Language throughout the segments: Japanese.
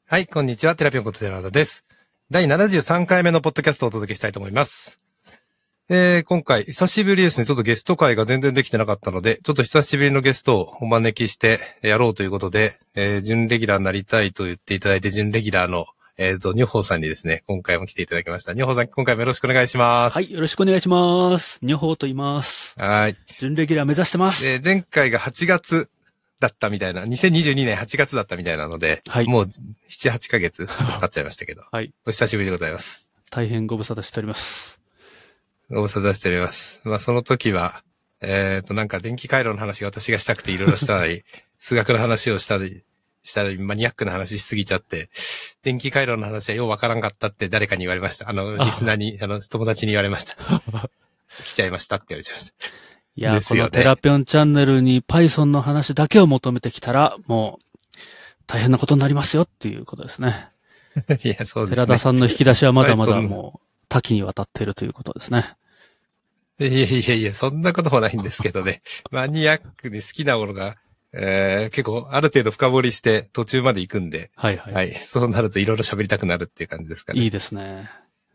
はい、こんにちは。テラピョンこと寺田です。第73回目のポッドキャストをお届けしたいと思います。今回、久しぶりですね。ちょっとゲスト会が全然できてなかったので、ちょっと久しぶりのゲストをお招きしてやろうということで、準レギュラーになりたいと言っていただいて、準レギュラーの、ニョホーさんにですね、今回も来ていただきました。ニョホーさん、今回もよろしくお願いします。 はい、よろしくお願いします。ニョホーと言います。 はい。 準レギュラー目指してます。 前回が8月だったみたいな、2022年8月だったみたいなので、 はい、 もう7、8ヶ月経っちゃいましたけど、 はい。 お久しぶりでございます。 大変ご無沙汰しております。 ご無沙汰しております。まあ、その時は、なんか電気回路の話が私がしたくていろいろしたり、数学の話をしたり、マニアックな話しすぎちゃって、電気回路の話はようわからんかったって誰かに言われました。リスナーに、友達に言われました。来ちゃいましたって言われちゃいました。 いや、このテラピョンチャンネルに Python の話だけを求めてきたら、もう、大変なことになりますよっていうことですね。 いや、そうですね。 寺田さんの引き出しはまだまだもう、多岐にわたっているということですね。 いや、そんなこともないんですけどね。マニアックに好きなものが、結構ある程度深掘りして途中まで行くんで。 はいはい。 はい。そうなるといろいろ喋りたくなるっていう感じですかね。 いいですね。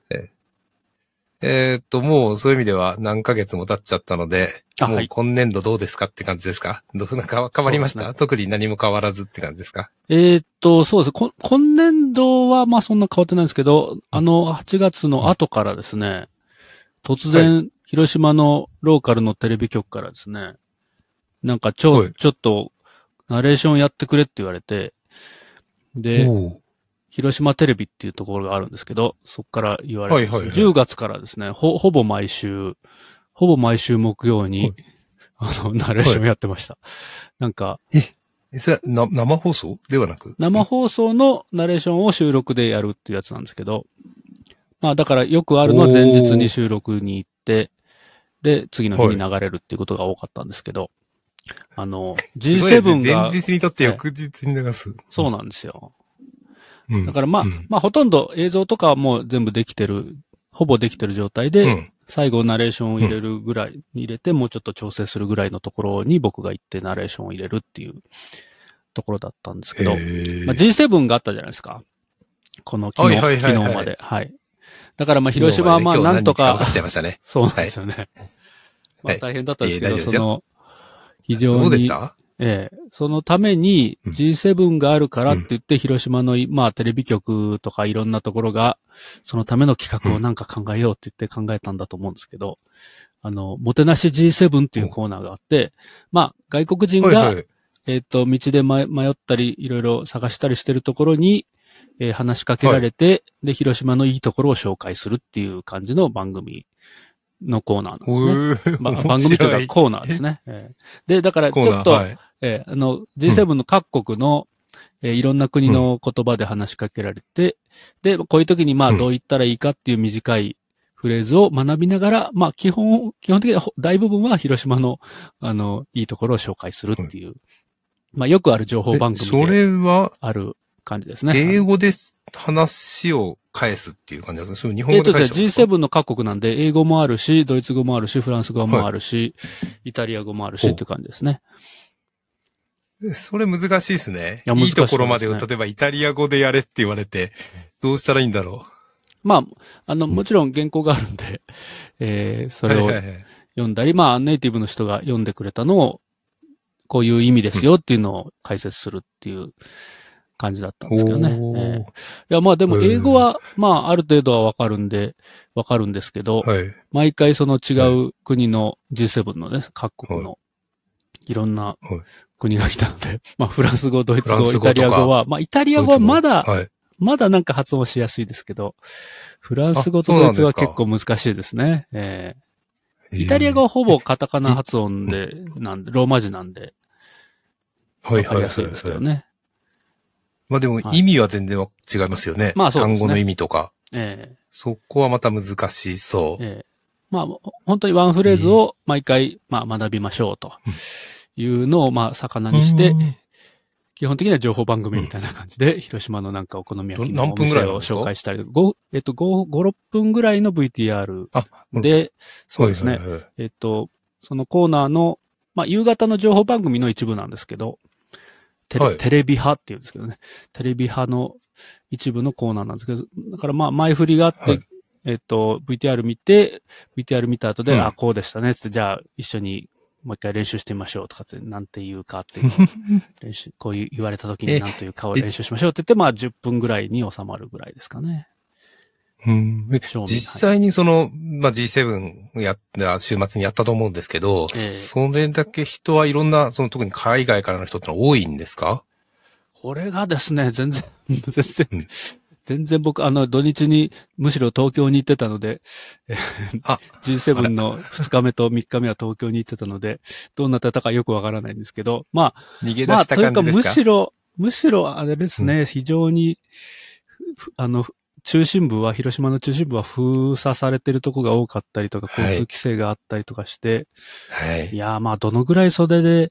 もうそういう意味では何ヶ月も経っちゃったので、もう今年度どうですかって感じですか？なんか変わりました？ね、特に何も変わらずって感じですか？ そうです。今年度はまあそんな変わってないんですけど、8月の後からですね、突然、はい、広島のローカルのテレビ局からですね、なんかちょっと、ナレーションやってくれって言われて、で、広島テレビっていうところがあるんですけど、そこから言われて、10月からですね、ほぼ毎週木曜に、ナレーションやってました。なんか、 それは生放送ではなく？ 生放送のナレーションを収録でやるっていうやつなんですけど、まあだからよくあるのは前日に収録に行って、で、次の日に流れるっていうことが多かったんですけど、G7 が、 前日にとって翌日に流す。 そうなんですよ。だからまあほとんど映像とかはもう全部できてる、ほぼできてる状態で、最後ナレーションを入れるぐらい、入れてもうちょっと調整するぐらいのところに僕が行ってナレーションを入れるっていうところだったんですけど、まあ、G7 があったじゃないですか。この昨日まで。はい。だからまあ広島はまあなんとか、そうなんですよね。まあ大変だったんですけど、非常に、 どうでした？ そのために G7 があるからって言って、広島の、まあテレビ局とかいろんなところが、そのための企画をなんか考えようって言って考えたんだと思うんですけど、もてなし G7 っていうコーナーがあって、まあ外国人が、道で迷ったり、いろいろ探したりしてるところに、話しかけられて、で、広島のいいところを紹介するっていう感じの番組のコーナーなんですね。番組というかコーナーですね。で、だからちょっと、G7 の各国の、いろんな国の言葉で話しかけられて、で、こういう時にまあどう言ったらいいかっていう短いフレーズを学びながら、まあ基本的には大部分は広島の、いいところを紹介するっていう、まあよくある情報番組である感じですね。 英語で話を返すっていう感じですね。それ日本語で返すんですか ？G7 の各国なんで、英語もあるし、ドイツ語もあるし、フランス語もあるし、イタリア語もあるしっていう感じですね。 それ難しいですね。いいところまでを、例えばイタリア語でやれって言われて、どうしたらいいんだろう。まあ、もちろん原稿があるんで、それを読んだり、まあ、ネイティブの人が読んでくれたのを、こういう意味ですよっていうのを解説するっていう感じだったんですけどね。いや、まあでも英語は、まあある程度はわかるんですけど、毎回その違う国の G7 のね、各国のいろんな国が来たので、まあフランス語、ドイツ語、イタリア語は、まあイタリア語はまだなんか発音しやすいですけど、フランス語とドイツ語は結構難しいですね。イタリア語はほぼカタカナ発音で、ローマ字なんで、わかりやすいですけどね。 まあでも意味は全然違いますよね。まあそうですね。単語の意味とか。そこはまた難しそう。 まあ本当にワンフレーズを毎回まあ学びましょうというのをまあ魚にして、基本的には情報番組みたいな感じで、広島のなんかお好み焼きのお店を紹介したり、5、6分ぐらいの VTR で、そうですね。そのコーナーの、まあ夕方の情報番組の一部なんですけど、テレビ派っていうんですけどね。テレビ派の一部のコーナーなんですけど、だからまあ前振りがあって、 はい VTR 見て、VTR 見た後で、 うんあ、こうでしたね、つって、じゃあ一緒にもう一回練習してみましょうとかって、なんて言うかっていうのを練習、こう言われた時になんというかを練習しましょうって言って、まあ10分ぐらいに収まるぐらいですかね。 実際にその、まあ、G7 やった週末にやったと思うんですけど、それだけ人はいろんな、その特に海外からの人ってのは多いんですか？ これがですね、全然うん全然僕、土日にむしろ東京に行ってたので、G7 の2日目と3日目は東京に行ってたので、どうなってたかよくわからないんですけど、まあ、 逃げ出した感じですか？ というかむしろあれですね、非常に、広島の中心部は封鎖されてるとこが多かったりとか、交通規制があったりとかして、 はい。 いやーまあ、どのぐらい袖で、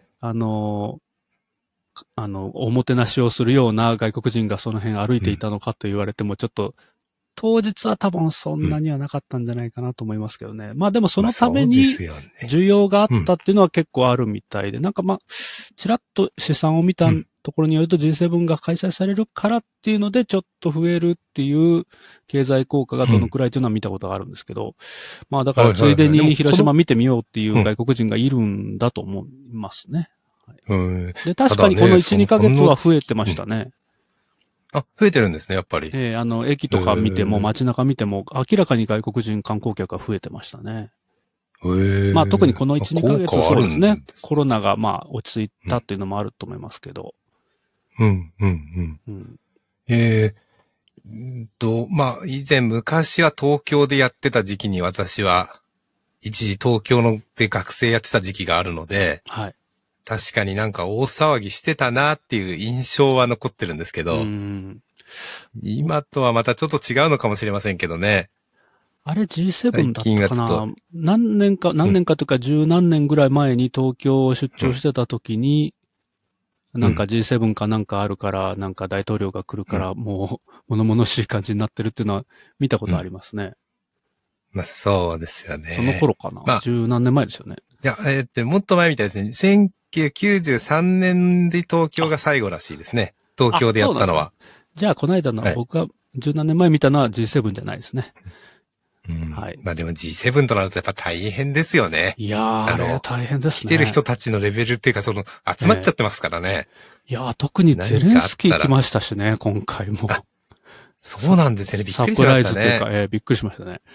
おもてなしをするような外国人がその辺歩いていたのかと言われても、ちょっと、当日は多分そんなにはなかったんじゃないかなと思いますけどね。まあでもそのために、需要があったっていうのは結構あるみたいで、なんかまあ、ちらっと試算を見たところによると G7 が開催されるからっていうのでちょっと増えるっていう経済効果がどのくらいというのは見たことがあるんですけど、まあだからついでに広島見てみようっていう外国人がいるんだと思いますね。で、確かにこの1、2ヶ月は増えてましたね。 あ、増えてるんですね、やっぱり。 駅とか見ても、街中見ても、明らかに外国人観光客が増えてましたね。まあ特にこの1、2ヶ月そうですね。コロナがまあ落ち着いたっていうのもあると思いますけど。 まあ以前昔は東京でやってた時期に私は、一時東京で学生やってた時期があるので、 はい。 確かになんか大騒ぎしてたなっていう印象は残ってるんですけど、今とはまたちょっと違うのかもしれませんけどね。 あれ G7 だったかな？何年かというか十何年ぐらい前に東京を出張してた時に、なんか G7 かなんかあるから、なんか大統領が来るから、もう物々しい感じになってるっていうのは見たことありますね。 まあそうですよね。 その頃かな？まあ、十何年前ですよね。 いや、もっと前みたいですね。1993年で東京が最後らしいですね。東京でやったのは。 じゃあ、この間の、僕が十何年前見たのは G7 じゃないですね。 はい。まあでも G7 となるとやっぱ大変ですよね。 いやー、あれ大変ですね。 来てる人たちのレベルっていうか、集まっちゃってますからね。 いやー、特にゼレンスキー来ましたしね、今回も。 そうなんですよね。びっくりしましたね。 サプライズというか、びっくりしましたね。だから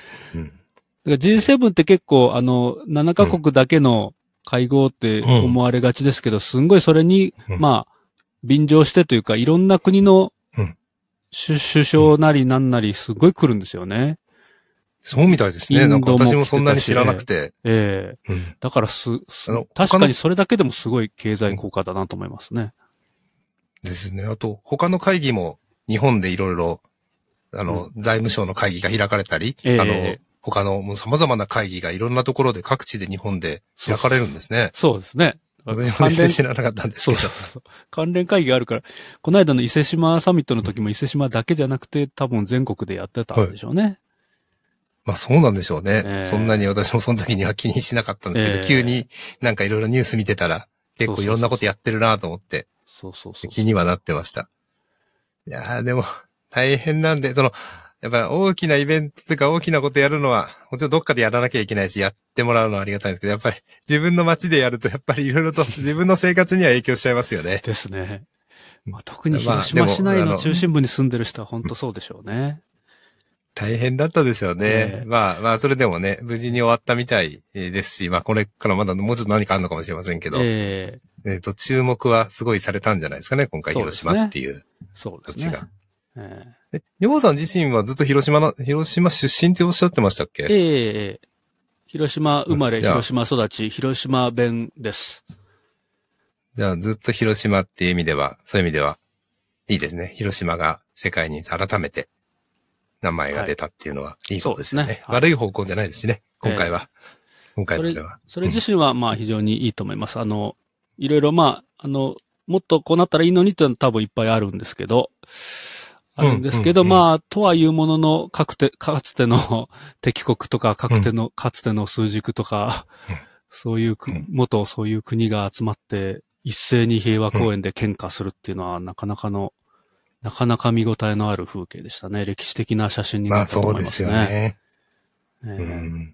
G7 って結構、7カ国だけの会合って思われがちですけど、すんごいそれに、まあ、便乗してというか、いろんな国の首相なりなんなりすごい来るんですよね。 そうみたいですね。なんか私もそんなに知らなくて。 だから確かにそれだけでもすごい経済効果だなと思いますね。 ですね。あと、他の会議も日本でいろいろ、財務省の会議が開かれたり、他のもう様々な会議がいろんなところで各地で日本で開かれるんですね。 そうですね。 私も全然知らなかったんですけど。 そう関連会議があるから、この間の伊勢島サミットの時も伊勢島だけじゃなくて多分全国でやってたんでしょうね。 まあそうなんでしょうね。そんなに私もその時には気にしなかったんですけど、急になんかいろいろニュース見てたら結構いろんなことやってるなと思って、気にはなってました。いやーでも大変なんで、やっぱり大きなイベントというか大きなことやるのは、もちろんどっかでやらなきゃいけないし、やってもらうのはありがたいんですけど、やっぱり自分の街でやると、やっぱりいろいろと自分の生活には影響しちゃいますよね。 ですね。まあ、特に広島市内の中心部に住んでる人は本当そうでしょうね。 大変だったでしょうね。まあ、それでもね、無事に終わったみたいですし、まあ、これからまだもうちょっと何かあるのかもしれませんけど、注目はすごいされたんじゃないですかね、今回広島っていう土地が。ヨモさん自身はずっと広島出身っておっしゃってましたっけ？ 広島生まれ、広島育ち、広島弁です。 じゃあずっと広島っていう意味では、そういう意味では、いいですね。広島が世界に改めて名前が出たっていうのはいいことですね。はい、悪い方向じゃないですしね、今回は。今回のでは。 それ自身はまあ非常にいいと思います。いろいろまあ、もっとこうなったらいいのにっていうのは多分いっぱいあるんですけど、まあ、とはいうものの、かつての敵国とか、かつての枢軸とか、そういう国が集まって、一斉に平和公園で喧嘩するっていうのは、なかなかのなかなか見応えのある風景でしたね。歴史的な写真になったと思いますね。 まあそうですよね。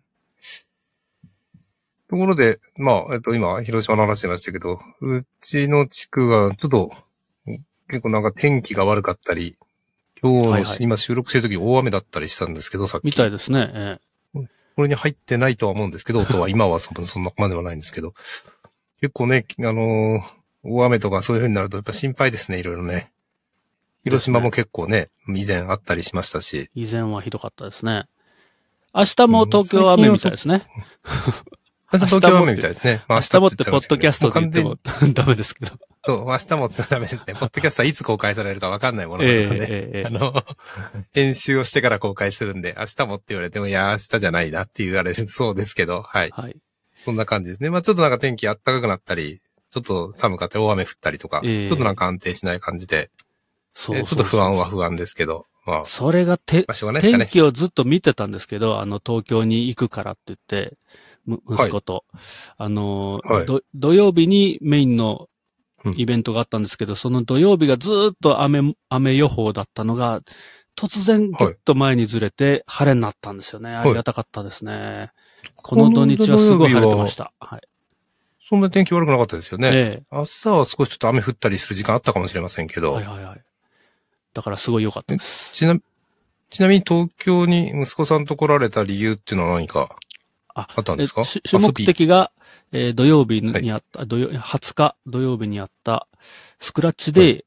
ところで、今、広島の話してましたけど、うちの地区は、ちょっと、結構なんか天気が悪かったり、今日の、 はいはい今収録してる時大雨だったりしたんですけど、さっき。 みたいですね。 これに入ってないとは思うんですけど、音は今はそんなまではないんですけど、結構ね、大雨とかそういう風になるとやっぱ心配ですね、いろいろね。広島も結構ね、以前あったりしましたし。 以前はひどかったですね。明日も東京は雨みたいですね。 明日東京は雨みたいですね。 明日もってポッドキャストで言ってもダメですけど。 そう、明日もってダメですね。ポッドキャストはいつ公開されるかわかんないものなので、編集をしてから公開するんで、明日もって言われても、いや、明日じゃないなって言われるそうですけど、はい。はい。そんな感じですね。まあちょっとなんか天気暖かくなったり、ちょっと寒かったり大雨降ったりとか、ちょっとなんか安定しない感じで、ちょっと不安は不安ですけど、まあ。 それが天気をずっと見てたんですけど、東京に行くからって言って、息子と。土曜日にメインのイベントがあったんですけど、その土曜日がずっと雨予報だったのが、突然ぐっと前にずれて晴れになったんですよね。ありがたかったですね。この土日はすごい晴れてました。はい。 そんな天気悪くなかったですよね。朝は少しちょっと雨降ったりする時間あったかもしれませんけど。 はい。だからすごい良かったです。 ちなみに東京に息子さんと来られた理由っていうのは何かあったんですか？ 主目的が、土曜日にあった、20日土曜日にあったスクラッチで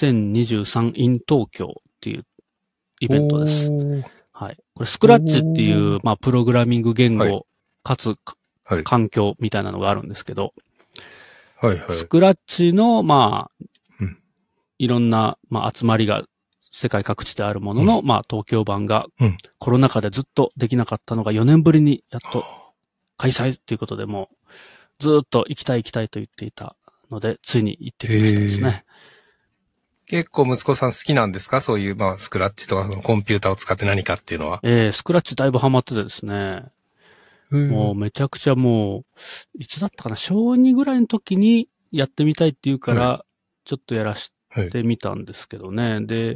2023 in 東京っていうイベントです。はい。これスクラッチっていう、プログラミング言語、かつ、環境みたいなのがあるんですけど、スクラッチの、いろんな、集まりが世界各地であるものの、東京版が、コロナ禍でずっとできなかったのが4年ぶりにやっと開催ということでもう、ずっと行きたいと言っていたので、ついに行ってきましたですね。 結構息子さん好きなんですか？そういう、スクラッチとかコンピューターを使って何かっていうのは。 スクラッチだいぶハマっててですね。もうめちゃくちゃいつだったかな、小2ぐらいの時にやってみたいって言うから、ちょっとやらしてみたんですけどね。で、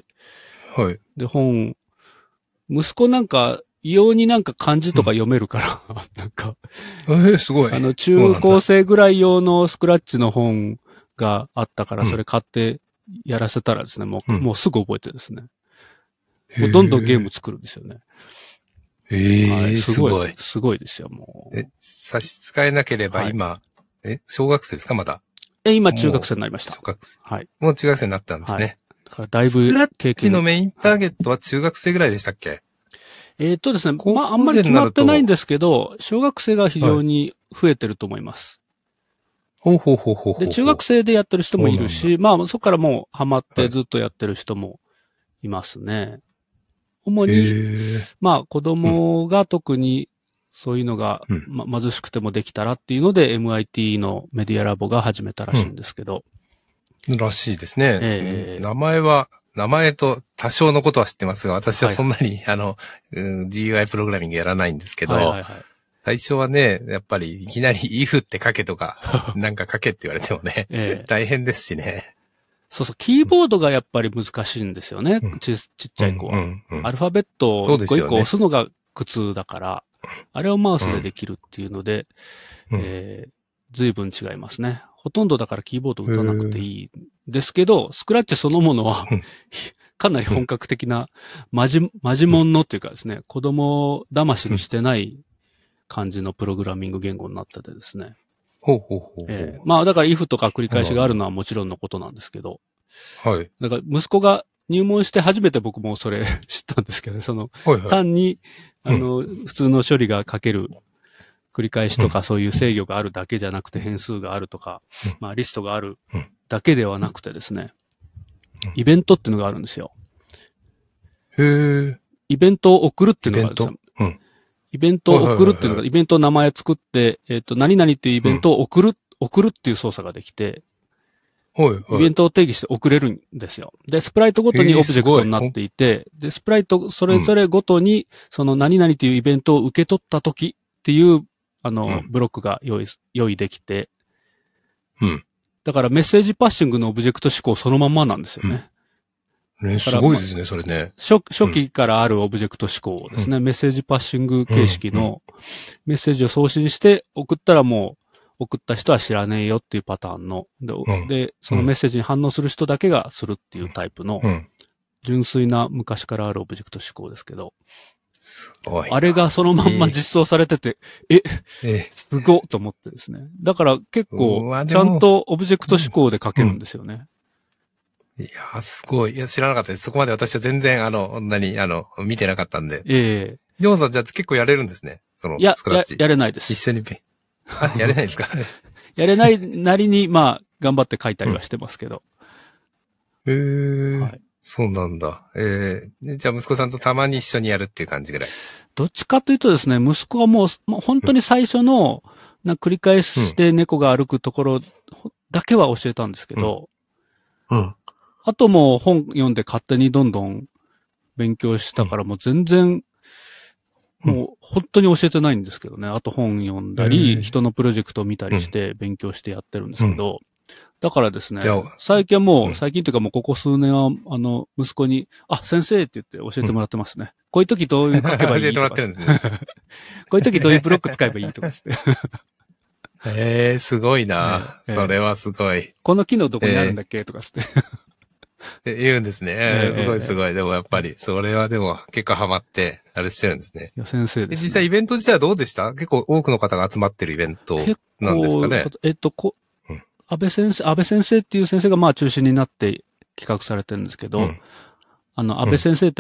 息子なんか、異様になんか漢字とか読めるから、なんか、 すごい。 中高生ぐらい用のスクラッチの本があったから、それ買ってやらせたらですね、もうすぐ覚えてですね。もうどんどんゲーム作るんですよね。 すごい。 すごいですよ、もう。 差し支えなければ今、小学生ですか、まだ？ 今中学生になりました。 小学生。 はい。 もう中学生になったんですね。 だからだいぶスクラッチのメインターゲットは中学生ぐらいでしたっけ？ ですね、あんまり決まってないんですけど、小学生が非常に増えてると思います。で、中学生でやってる人もいるし、そこからもうハマってずっとやってる人もいますね。主に、子供が特にそういうのが、貧しくてもできたらっていうので、MIT のメディアラボが始めたらしいんですけど。 らしいですね。名前と多少のことは知ってますが、私はそんなに、GUI プログラミングやらないんですけど、最初はね、やっぱりいきなり if って書けとか、なんか書けって言われてもね、大変ですしね。 そうそう、キーボードがやっぱり難しいんですよね。ちっちゃい子は。アルファベットを一個一個押すのが苦痛だから、あれをマウスでできるっていうので、随分違いますね。ほとんどだからキーボード打たなくていいんですけど、スクラッチそのものは、かなり本格的な、マジモンのっていうかですね、子供騙しにしてない感じのプログラミング言語になっててですね。だから if とか繰り返しがあるのはもちろんのことなんですけど。だから息子が入門して初めて僕もそれ知ったんですけどね、単に、普通の処理が書ける繰り返しとかそういう制御があるだけじゃなくて変数があるとか、リストがあるだけではなくてですね、イベントっていうのがあるんですよ。イベントを送るっていうのがあるんですよ。イベントを送るっていうのが、イベントの名前作って、何々っていうイベントを送るっていう操作ができて、イベントを定義して送れるんですよ。で、スプライトごとにオブジェクトになっていて、で、スプライトそれぞれごとに、その何々というイベントを受け取ったときっていう、ブロックが用意できて、だからメッセージパッシングのオブジェクト指向そのまんまなんですよね。 ね、すごいですね、それね。 初期からあるオブジェクト思考ですね。メッセージパッシング形式のメッセージを送信して送ったらもう送った人は知らねえよっていうパターンの。で、そのメッセージに反応する人だけがするっていうタイプの純粋な昔からあるオブジェクト思考ですけど。 すごい。 あれがそのまんま実装されてて、すごっと思ってですね。だから結構、ちゃんとオブジェクト思考で書けるんですよね。 いやー、すごい。いや、知らなかったです。そこまで私は全然、見てなかったんで。りょうさん、じゃあ結構やれるんですね。その、スクラッチ。 やれないです。 一緒にやれないですかやれないなりに、まあ、頑張って書いたりはしてますけど。 はい。そうなんだ。じゃあ息子さんとたまに一緒にやるっていう感じぐらい。 どっちかというとですね、息子はもう本当に最初の、繰り返して猫が歩くところだけは教えたんですけど、あともう本読んで勝手にどんどん勉強したからもう全然、もう本当に教えてないんですけどね。あと本読んだり、人のプロジェクトを見たりして勉強してやってるんですけど、だからですね、最近というかもうここ数年は、息子に、先生って言って教えてもらってますね。こういう時どういう書けばいいとか。教えてもらってるんですね。こういう時どういうブロック使えばいいとかって。 すごいな、それはすごい。 この機能どこにあるんだっけとかって。 言うんですね。すごいすごい。でもやっぱり、それはでも結構ハマって、あれしてるんですね。 いや、先生です、ね。 実際イベント自体はどうでした？結構多くの方が集まってるイベントなんですかね。 安倍先生っていう先生がまあ中心になって企画されてるんですけど、安倍先生って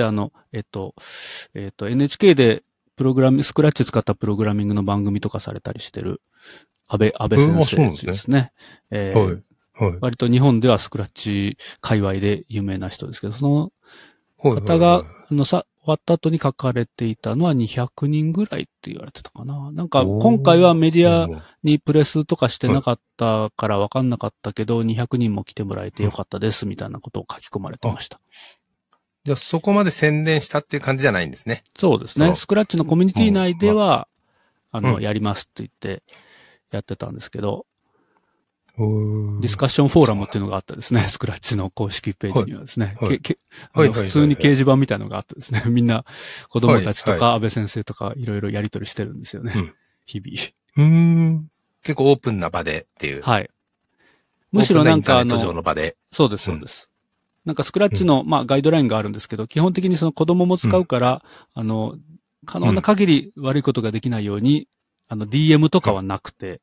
NHK でスクラッチ使ったプログラミングの番組とかされたりしてる安倍先生ですね。割と日本ではスクラッチ界隈で有名な人ですけど、その方が、終わった後に書かれていたのは200人ぐらいって言われてたかな。なんか、今回はメディアにプレスとかしてなかったから分かんなかったけど、200人も来てもらえてよかったですみたいなことを書き込まれてました。 じゃあそこまで宣伝したっていう感じじゃないんですね。 そうですね。スクラッチのコミュニティ内では、やりますって言ってやってたんですけど、ディスカッションフォーラムっていうのがあったですね。スクラッチの公式ページにはですね。普通に掲示板みたいなのがあったですね。みんな子供たちとか安倍先生とかいろいろやり取りしてるんですよね。日々。 結構オープンな場でっていう。 はい。むしろなんかそうです、そうです。なんかスクラッチの、まあガイドラインがあるんですけど、基本的にその子供も使うから、可能な限り悪いことができないように、DM とかはなくて、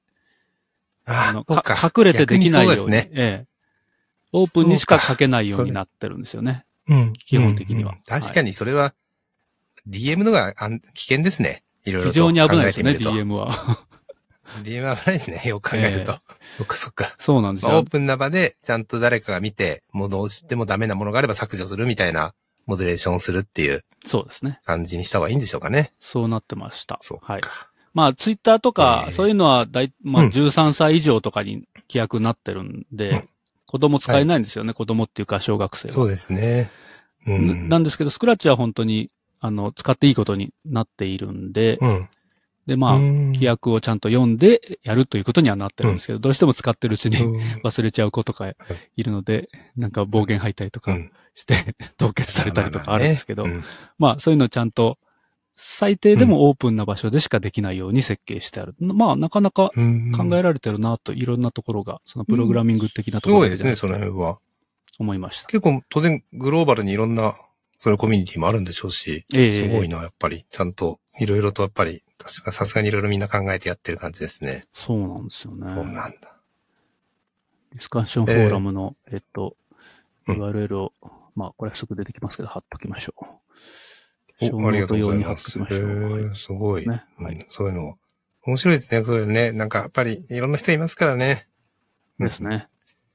隠れてできないように、オープンにしか書けないようになってるんですよね。基本的には。 確かにそれは、DM のが危険ですね。いろいろと非常に危ないですね、DM は。 DM は危ないですね。よく考えると。そっか。 そうなんですよ。 オープンな場で、ちゃんと誰かが見て、もうどうしてもダメなものがあれば削除するみたいな、モデレーションするっていう。 そうですね。 感じにした方がいいんでしょうかね。 そうなってました。 そう。 はい。まあ、ツイッターとか、そういうのは13歳以上とかに規約になってるんで、子供使えないんですよね、子供っていうか小学生は。 そうですね。 なんですけど、スクラッチは本当に、使っていいことになっているんで、で、まあ、規約をちゃんと読んでやるということにはなってるんですけど、どうしても使ってるうちに忘れちゃう子とかいるので、なんか暴言吐いたりとかして、凍結されたりとかあるんですけど、まあ、そういうのをちゃんと、最低でもオープンな場所でしかできないように設計してある。まあ、なかなか考えられてるなと、いろんなところが、そのプログラミング的なところすごいですね、その辺は。 思いました。 結構、当然、グローバルにいろんな、そのコミュニティもあるんでしょうし、すごいな、やっぱり、ちゃんと、いろいろとやっぱり、さすがにいろいろみんな考えてやってる感じですね。 そうなんですよね。 そうなんだ。 ディスカッションフォーラムの、URL を、まあ、これはすぐ出てきますけど、貼っときましょう。 ありがとうございます。すごい。そういうの。面白いですね。そういうね。なんかやっぱりいろんな人いますからね。 ですね。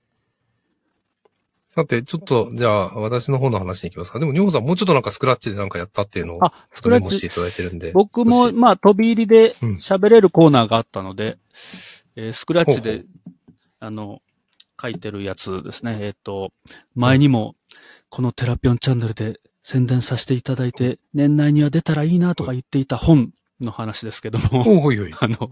さて、ちょっと、じゃあ、私の方の話に行きますか。でも、ニョウさんもうちょっとなんかスクラッチでなんかやったっていうのを、 スクラッチメモしていただいてるんで。 僕も、まあ、飛び入りで喋れるコーナーがあったので、スクラッチで、書いてるやつですね。前にも、このテラピョンチャンネルで宣伝させていただいて、年内には出たらいいなとか言っていた本の話ですけども、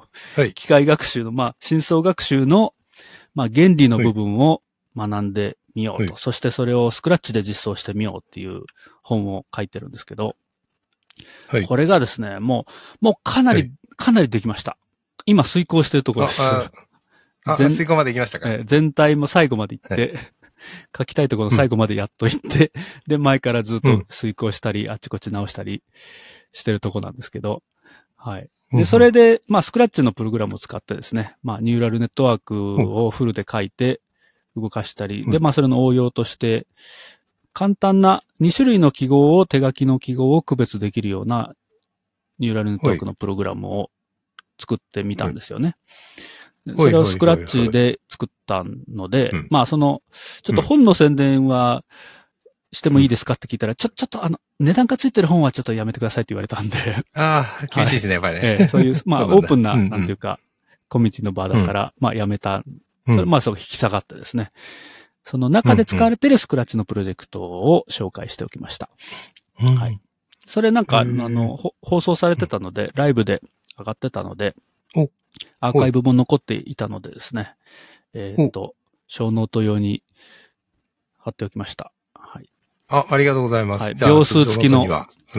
機械学習の、まあ、深層学習の、まあ、原理の部分を学んでみようと。 はいそしてそれをスクラッチで実装してみようっていう本を書いてるんですけど、 はい。 これがですね、もうかなり、 はいかなりできました。今遂行してるところです。 吸い込まで行きましたか。 全体も最後まで行って、書きたいところの最後までやっと行って、で、前からずっと遂行したり、あっちこっち直したりしてるとこなんですけど、はい。で、それで、スクラッチのプログラムを使ってですね、ニューラルネットワークをフルで書いて動かしたり、で、それの応用として、簡単な2種類の記号を手書きの記号を区別できるようなニューラルネットワークのプログラムを作ってみたんですよね。それをスクラッチで作ったので、ちょっと本の宣伝はしてもいいですかって聞いたら、ちょっと値段がついてる本はちょっとやめてくださいって言われたんで。 ああ、厳しいですね、やっぱりね。 そういう、オープンな、なんていうか、コミュニティの場だから、やめた。それそう引き下がってですね。その中で使われているスクラッチのプロジェクトを紹介しておきました。はい。それ放送されてたので、ライブで上がってたので、アーカイブも残っていたのでですね、小ノート用に貼っておきました。はい。 ありがとうございます。 はい。秒数付きの、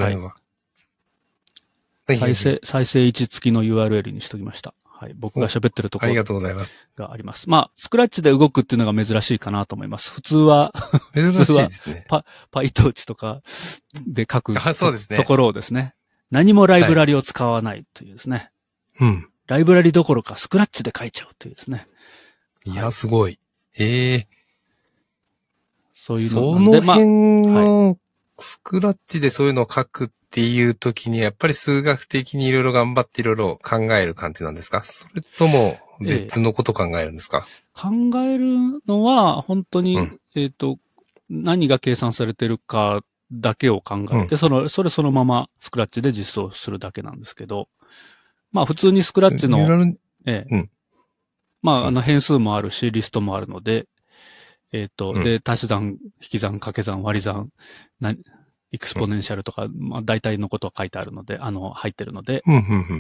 再生位置付きの URL にしときました。はい。僕が喋ってるところ。 ありがとうございます。 があります。スクラッチで動くっていうのが珍しいかなと思います。普通は、 珍しいですね。 PyTorch とかで書くそうですね。 ところをですね、何もライブラリを使わないというですね。ライブラリどころかスクラッチで書いちゃうというですね。 いや、すごい。 そういうのその辺のスクラッチでそういうのを書くっていう時に、やっぱり数学的にいろいろ頑張っていろいろ考える感じなんですか？それとも別のこと考えるんですか？ 考えるのは、本当に、何が計算されてるかだけを考えて、そのままスクラッチで実装するだけなんですけど、普通にスクラッチの、変数もあるし、リストもあるので、で、足し算、引き算、掛け算、割り算、エクスポネンシャルとか、大体のことは書いてあるので、入ってるので、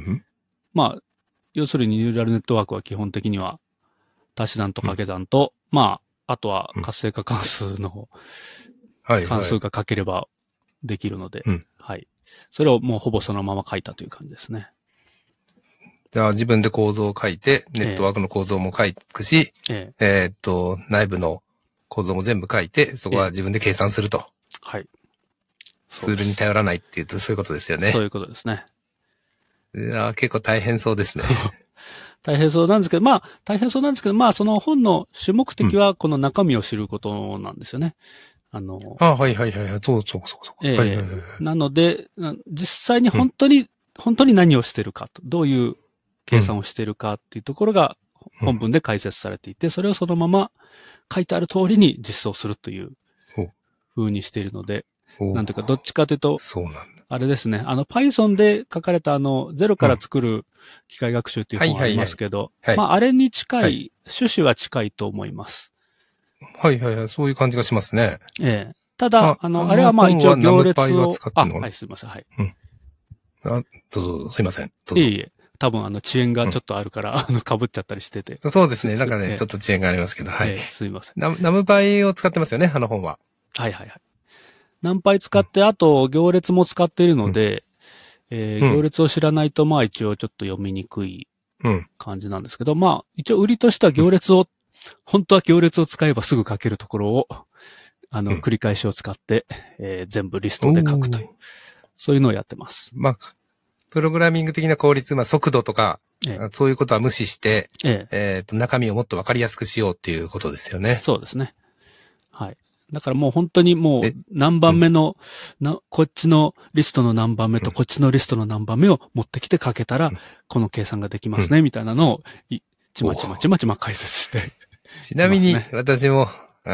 要するにニューラルネットワークは基本的には、足し算と掛け算と、あとは活性化関数の関数が書ければできるので、はい。それをもうほぼそのまま書いたという感じですね。 じゃあ自分で構造を書いて、ネットワークの構造も書くし、内部の構造も全部書いて、そこは自分で計算すると。 はい。 ツールに頼らないっていうとそういうことですよね。 そういうことですね。 いや結構大変そうですね。 大変そうなんですけど、その本の主目的はこの中身を知ることなんですよね。 はい。そう。 なので、実際に本当に何をしてるかと、どういう計算をしているかっていうところが本文で解説されていて、それをそのまま書いてある通りに実装するという風にしているので、なんていうか、どっちかというと、あれですね、Python で書かれたゼロから作る機械学習っていう本がありますけど、あれに近い、趣旨は近いと思います。 そういう感じがしますね。 ただ、あれは一応行列を、はい、すいません、はい。 どうぞ、すいません。 いえ。多分遅延がちょっとあるから、被っちゃったりしてて。 そうですね。なんかね、ちょっと遅延がありますけど、はい。 すいません。 ナムパイを使ってますよね、あの本は。 はい。ナムパイ使って、あと、行列も使っているので、行列を知らないと、一応ちょっと読みにくい感じなんですけど、一応売りとしては本当は行列を使えばすぐ書けるところを、繰り返しを使って、全部リストで書くという、そういうのをやってます。 プログラミング的な効率、速度とか、そういうことは無視して、中身をもっとわかりやすくしようっていうことですよね。 そうですね。はい。だからもう本当にもう何番目の、こっちのリストの何番目とこっちのリストの何番目を持ってきて書けたら、この計算ができますね、みたいなのを、ちまちま解説して。 ちなみに、私も、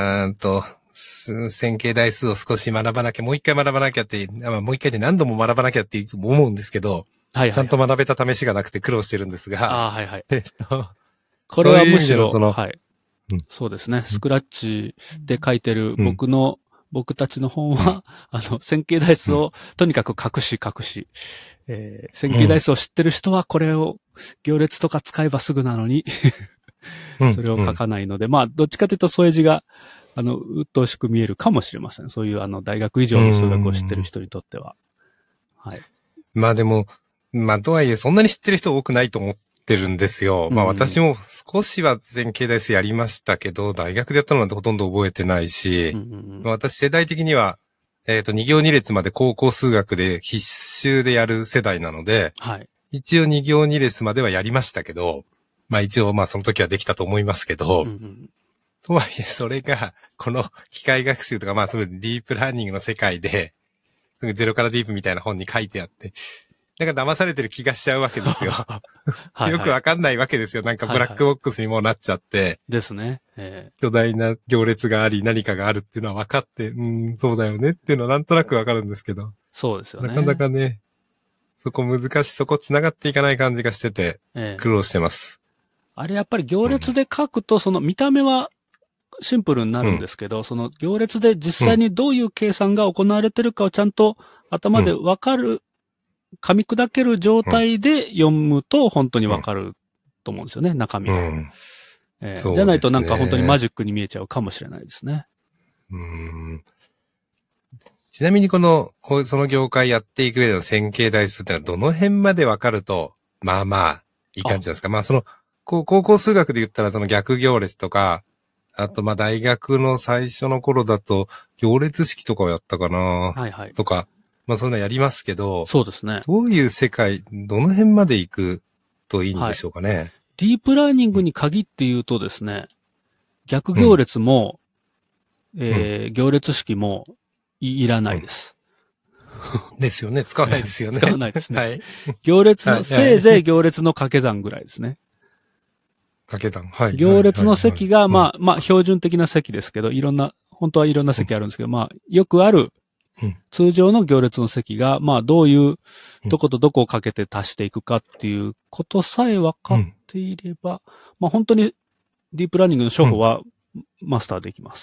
線形代数を少し学ばなきゃ、もう一回学ばなきゃって、もう一回で何度も学ばなきゃっていつも思うんですけど、ちゃんと学べた試しがなくて苦労してるんですが。 これはむしろ、はい。そうですね。スクラッチで書いてる僕たちの本は、線形代数をとにかく隠し、線形代数を知ってる人はこれを行列とか使えばすぐなのにそれを書かないので、どっちかというと添え字が鬱陶しく見えるかもしれません。そういう大学以上の数学を知ってる人にとっては。はい。 まあでも、まあとはいえそんなに知ってる人多くないと思ってるんですよ。まあ私も少しは全経大数やりましたけど、大学でやったのなんてほとんど覚えてないし、まあ私世代的には、2行2列まで高校数学で必修でやる世代なので、 はい。 一応2行2列まではやりましたけど、まあ一応まあその時はできたと思いますけど、とはいえそれが、この機械学習とかまあそのディープラーニングの世界で、ゼロからディープみたいな本に書いてあって、なんか騙されてる気がしちゃうわけですよ。はい、よくわかんないわけですよ。なんかブラックボックスにもうなっちゃって。はいはい、 ですね、 巨大な行列があり何かがあるっていうのは分かって、そうだよねっていうのはなんとなくわかるんですけど。 そうですよね。 なかなかね、そこ繋がっていかない感じがしてて、苦労してます。 あれやっぱり行列で書くと、その見た目はシンプルになるんですけど、その行列で実際にどういう計算が行われてるかをちゃんと頭でわかる、噛み砕ける状態で読むと本当にわかると思うんですよね、中身が。じゃないとなんか本当にマジックに見えちゃうかもしれないですね。 ちなみにその業界やっていく上での線形代数ってのはどの辺までわかると、まあまあ、いい感じなんですか。まあ高校数学で言ったらその逆行列とか、あとまあ大学の最初の頃だと行列式とかをやったかな。 はいはい。 とか、まあそんなやりますけど、 そうですね。 どういう世界、どの辺まで行くといいんでしょうかね。 ディープラーニングに限って言うとですね、逆行列も、行列式もいらないです。 ですよね。使わないですよね。 使わないですね。 はい。 行列の、せいぜい行列の掛け算ぐらいですね。 掛け算。はい。 行列の積が、まあ、標準的な積ですけど、本当はいろんな積あるんですけど、まあ、よくある、通常の行列の積が、まあ、どういう、どことどこをかけて足していくかっていうことさえ分かっていれば、まあ、本当にディープラーニングの処方はマスターできます。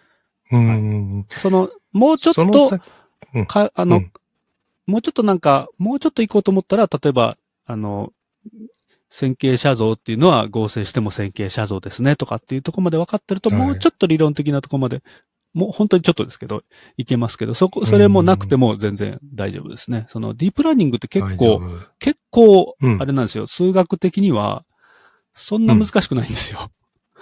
もうちょっと、もうちょっともうちょっと行こうと思ったら、例えば、線形写像っていうのは合成しても線形写像ですねとかっていうところまで分かってると、もうちょっと理論的なところまで、もう本当にちょっとですけど、いけますけど、それもなくても全然大丈夫ですね。そのディープラーニングって結構、あれなんですよ、数学的には、そんな難しくないんですよ。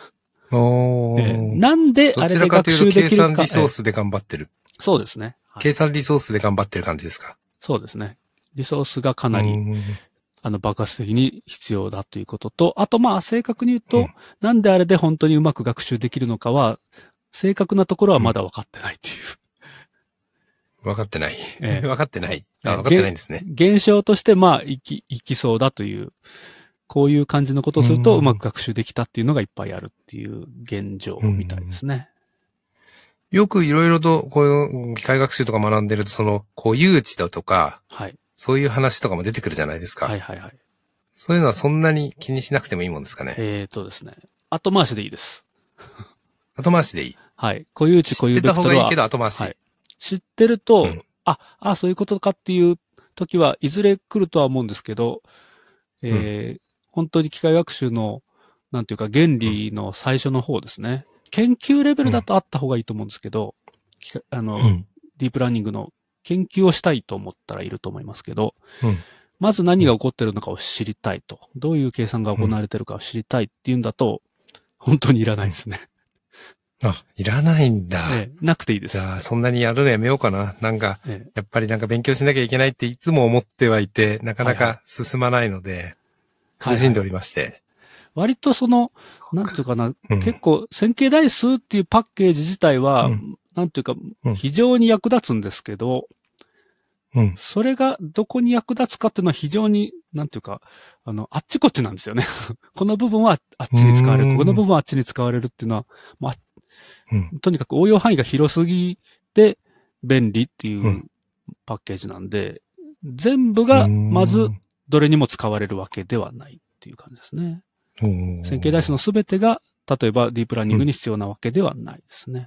なんであれで学習できるか。 どちらかというと計算リソースで頑張ってる。 そうですね。 計算リソースで頑張ってる感じですか。 そうですね。リソースがかなり、爆発的に必要だということと、あとまあ正確に言うと、なんであれで本当にうまく学習できるのかは、正確なところはまだ分かってないっていう。 分かってない。分かってない。分かってないんですね。 現象としてまあいきそうだという、こういう感じのことをするとうまく学習できたっていうのがいっぱいあるっていう現状みたいですね。 よくいろいろと、こういう機械学習とか学んでると、固有値だとか、 はい。 そういう話とかも出てくるじゃないですか。 はいはいはい。 そういうのはそんなに気にしなくてもいいもんですかね。 ですね。後回しでいいです。 後回しでいい。 はい。固有値固有ベクトルは。 知ってた方がいいけど後回し。はい。 知ってると、そういうことかっていう時はいずれ来るとは思うんですけど、本当に機械学習の、なんていうか原理の最初の方ですね。研究レベルだとあった方がいいと思うんですけど、ディープラーニングの研究をしたいと思ったらいると思いますけど、まず何が起こってるのかを知りたいと。どういう計算が行われてるかを知りたいっていうんだと、本当にいらないですね。 いらないんだ。 なくていいです。 じゃあ、そんなにやるのやめようかな。やっぱり勉強しなきゃいけないっていつも思ってはいて、なかなか進まないので、苦しんでおりまして。 割となんていうかな、結構線形代数っていうパッケージ自体は、なんていうか、非常に役立つんですけど、それがどこに役立つかっていうのは非常に、なんていうか、あっちこっちなんですよね。この部分はあっちに使われる、この部分はあっちに使われるっていうのは、まあ、とにかく応用範囲が広すぎて便利っていうパッケージなんで、全部がまずどれにも使われるわけではないっていう感じですね。線形代数のすべてが、例えばディープラーニングに必要なわけではないですね。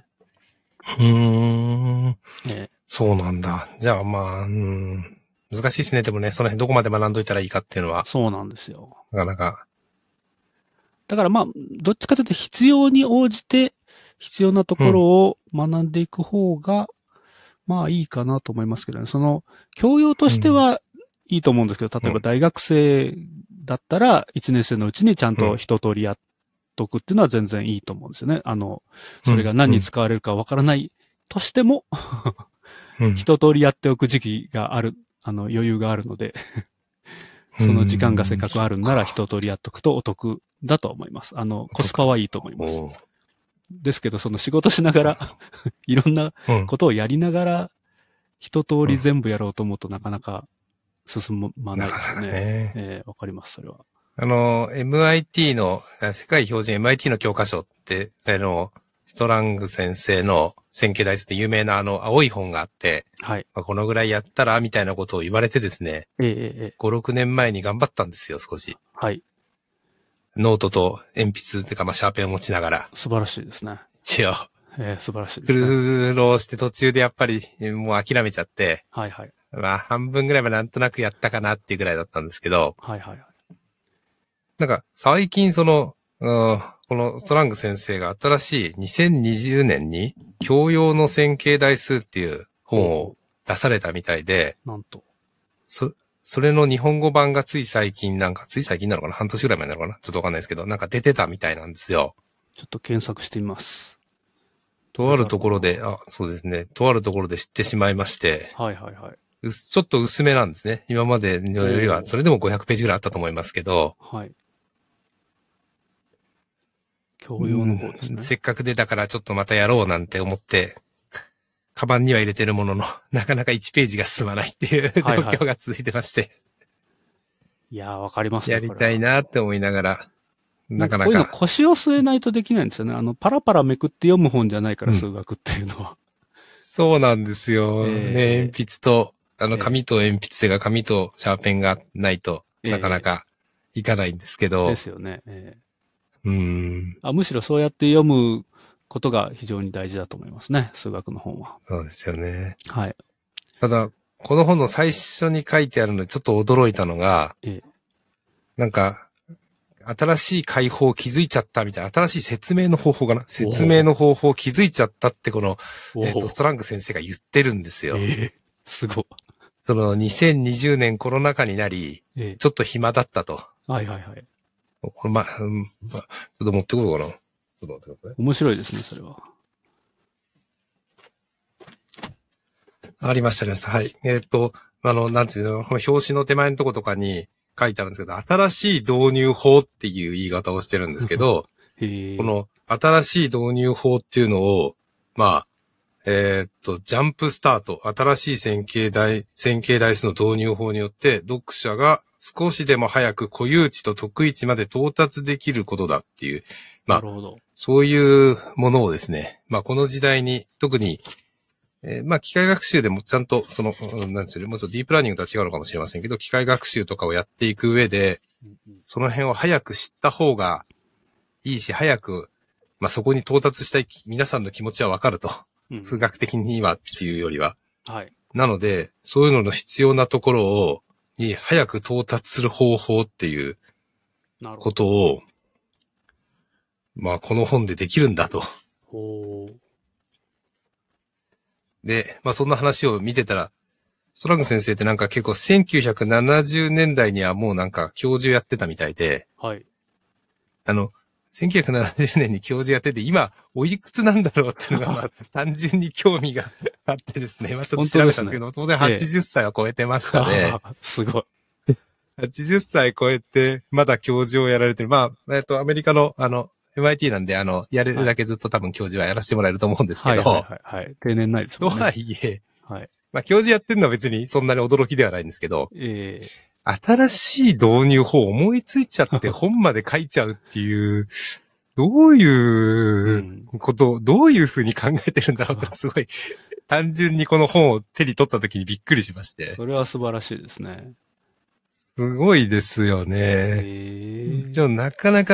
そうなんだ。じゃあまあ、難しいですね。でもね、その辺どこまで学んどいたらいいかっていうのは。 そうなんですよ。 なかなか。 だからまあ、どっちかというと必要に応じて必要なところを学んでいく方が、まあいいかなと思いますけどね。その、教養としてはいいと思うんですけど、例えば大学生だったら、1年生のうちにちゃんと一通りやっとくっていうのは全然いいと思うんですよね。それが何に使われるかわからないとしても、一通りやっておく時期がある、余裕があるので、その時間がせっかくあるんなら一通りやっとくとお得だと思います。コスパはいいと思います。ですけど、その仕事しながら、いろんなことをやりながら、一通り全部やろうと思うとなかなか進まないですよね。わかります、それは。 MIT の、世界標準 MIT の教科書って、ストラング先生の線形代数って有名な青い本があって、 はい。 このぐらいやったら、みたいなことを言われてですね、5、6年前に頑張ったんですよ、少し。 はい。 ノートと鉛筆っていうか、シャーペンを持ちながら。 素晴らしいですね。 一応。 素晴らしいですね。 苦労して途中でやっぱり、もう諦めちゃって。 はいはい。 半分ぐらいはなんとなくやったかなっていうぐらいだったんですけど。 はいはいはい。 なんか、最近このストラング先生が新しい2020年に教養の線形代数っていう本を出されたみたいで、 なんと。 それの日本語版がつい最近なのかな半年ぐらい前なのかなちょっとわかんないですけど、なんか出てたみたいなんですよ。 ちょっと検索してみます。 とあるところで、そうですね。とあるところで知ってしまいまして。 はいはいはい。 ちょっと薄めなんですね。今までのよりは、それでも500ページぐらいあったと思いますけど。 はい。教養の方ですね。 せっかく出たからちょっとまたやろうなんて思って、カバンには入れてるものの、なかなか1ページが進まないっていう状況が続いてまして。はいはい、 いやー、わかりますね。 やりたいなって思いながら、なかなか。 こういうの腰を据えないとできないんですよね。パラパラめくって読む本じゃないから、数学っていうのは。 そうなんですよ。ね、鉛筆と、紙と鉛筆が紙とシャーペンがないとなかなかいかないんですけど。 ですよね。 むしろそうやって読むことが非常に大事だと思いますね。数学の本は。 そうですよね。 はい。 ただ、この本の最初に書いてあるのでちょっと驚いたのが、なんか、新しい解法気づいちゃったみたいな、新しい説明の方法かな説明の方法気づいちゃったってこの、ストラング先生が言ってるんですよ。 すごい。 その2020年コロナ禍になり、ちょっと暇だったと。 はいはいはい。 ちょっと持ってこようかな。ちょっと待ってください。 面白いですね、それは。 ありましたね。はい。なんていうの、この表紙の手前のとことかに書いてあるんですけど、新しい導入法っていう言い方をしてるんですけど、この新しい導入法っていうのを、ジャンプスタート、新しい線形代数の導入法によって、読者が少しでも早く固有値と特異値まで到達できることだっていう、 なるほど。 そういうものをですね、この時代に特に、機械学習でもちゃんと、なんですよね、もっとディープラーニングとは違うのかもしれませんけど、機械学習とかをやっていく上で、その辺を早く知った方がいいし、早く、そこに到達したい皆さんの気持ちはわかると。数学的にはっていうよりは。 はい。 なので、そういうのの必要なところに早く到達する方法っていうことを、この本でできるんだと。で、そんな話を見てたら、ストラング先生ってなんか結構1970年代にはもうなんか教授やってたみたいで、 はい。 1970年に教授やってて、今、おいくつなんだろうっていうのが、単純に興味があってですね。ちょっと調べたんですけど、当然80歳は超えてましたね。 すごい。80歳超えて、まだ教授をやられてる。アメリカの、MIT なんで、やれるだけずっと多分教授はやらせてもらえると思うんですけど。 はい。定年ないですもんね。 とはいえ、 はい。 教授やってるのは別にそんなに驚きではないんですけど。新しい導入法思いついちゃって本まで書いちゃうっていう、どういうことを、どういうふうに考えてるんだろうって、すごい、単純にこの本を手に取った時にびっくりしまして。 それは素晴らしいですね。 すごいですよね。なかなか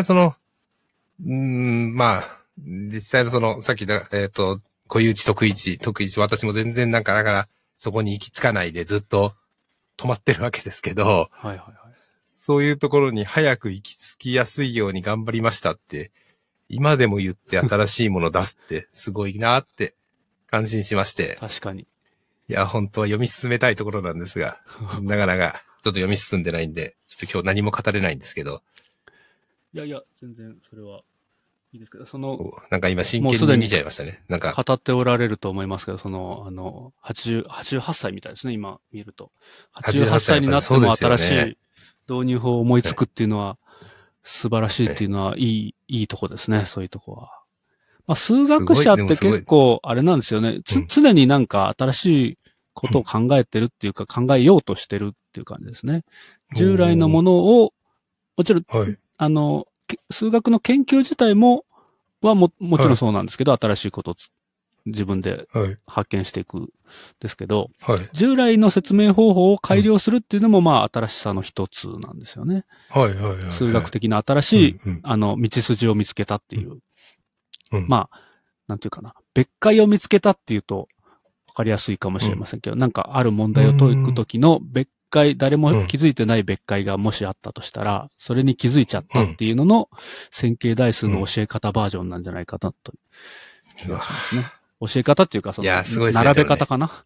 実際のさっきだ、固有値、特異値、私も全然だからそこに行き着かないでずっと止まってるわけですけど、 はいはいはい。 そういうところに早く行き着きやすいように頑張りましたって今でも言って新しいもの出すってすごいなって感心しまして。 確かに。 いや、本当は読み進めたいところなんですが、なかなかちょっと読み進んでないんで、ちょっと今日何も語れないんですけど。 いやいや、全然それはいいですけど、 なんか今真剣に見ちゃいましたね。なんか。 語っておられると思いますけど、88歳みたいですね、今見ると。88歳になっても新しい導入法を思いつくっていうのは、素晴らしいっていうのは、いいとこですね、そういうとこは。まあ、数学者って結構、あれなんですよね。常になんか新しいことを考えてるっていうか、考えようとしてるっていう感じですね。従来のものを、もちろん、数学の研究自体もちろんそうなんですけど、新しいことを自分で発見していくんですけど、従来の説明方法を改良するっていうのも、まあ、新しさの一つなんですよね。数学的な新しい、道筋を見つけたっていう。まあ、なんていうかな。別解を見つけたっていうと、わかりやすいかもしれませんけど、なんかある問題を解くときの別解、誰も気づいてない別解がもしあったとしたら、それに気づいちゃったっていうのの線形代数の教え方バージョンなんじゃないかなという気がしますね。教え方っていうか、並べ方かな。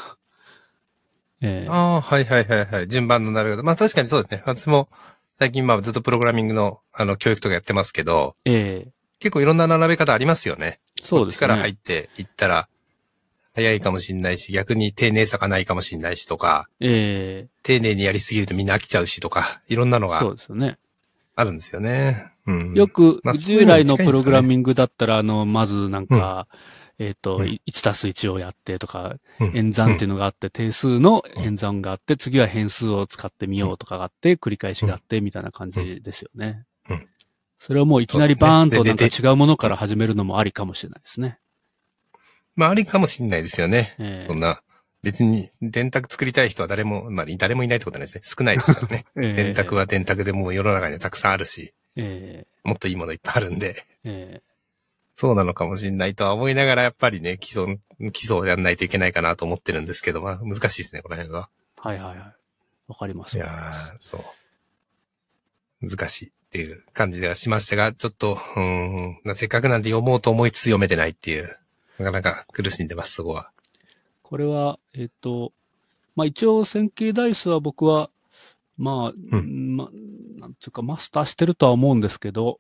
順番の並べ方。まあ確かにそうですね。私も最近ずっとプログラミングの教育とかやってますけど、結構いろんな並べ方ありますよね。 そうですね。 こっちから入っていったら、早いかもしんないし、逆に丁寧さがないかもしんないしとか、丁寧にやりすぎるとみんな飽きちゃうしとか、いろんなのが、 そうですよね。 あるんですよね。 よく、従来のプログラミングだったら、まずなんか、1たす1をやってとか、演算っていうのがあって、定数の演算があって、次は変数を使ってみようとかがあって、繰り返しがあって、みたいな感じですよね。それをもういきなりバーンとなんか違うものから始めるのもありかもしれないですね。 まあ、ありかもしれないですよね。そんな、別に電卓作りたい人は誰もいないってことないですね。少ないですからね。電卓は電卓でもう世の中にはたくさんあるし、もっといいものいっぱいあるんで、そうなのかもしれないとは思いながら、やっぱりね、基礎をやんないといけないかなと思ってるんですけど、まあ難しいですね、この辺は。 はい。わかります。 いやー、そう。難しいっていう感じではしましたが、ちょっと、せっかくなんで読もうと思いつつ読めてないっていう、なかなか苦しんでます、そこは。 これは、まあ、一応線形代数は僕は、なんていうかマスターしてるとは思うんですけど、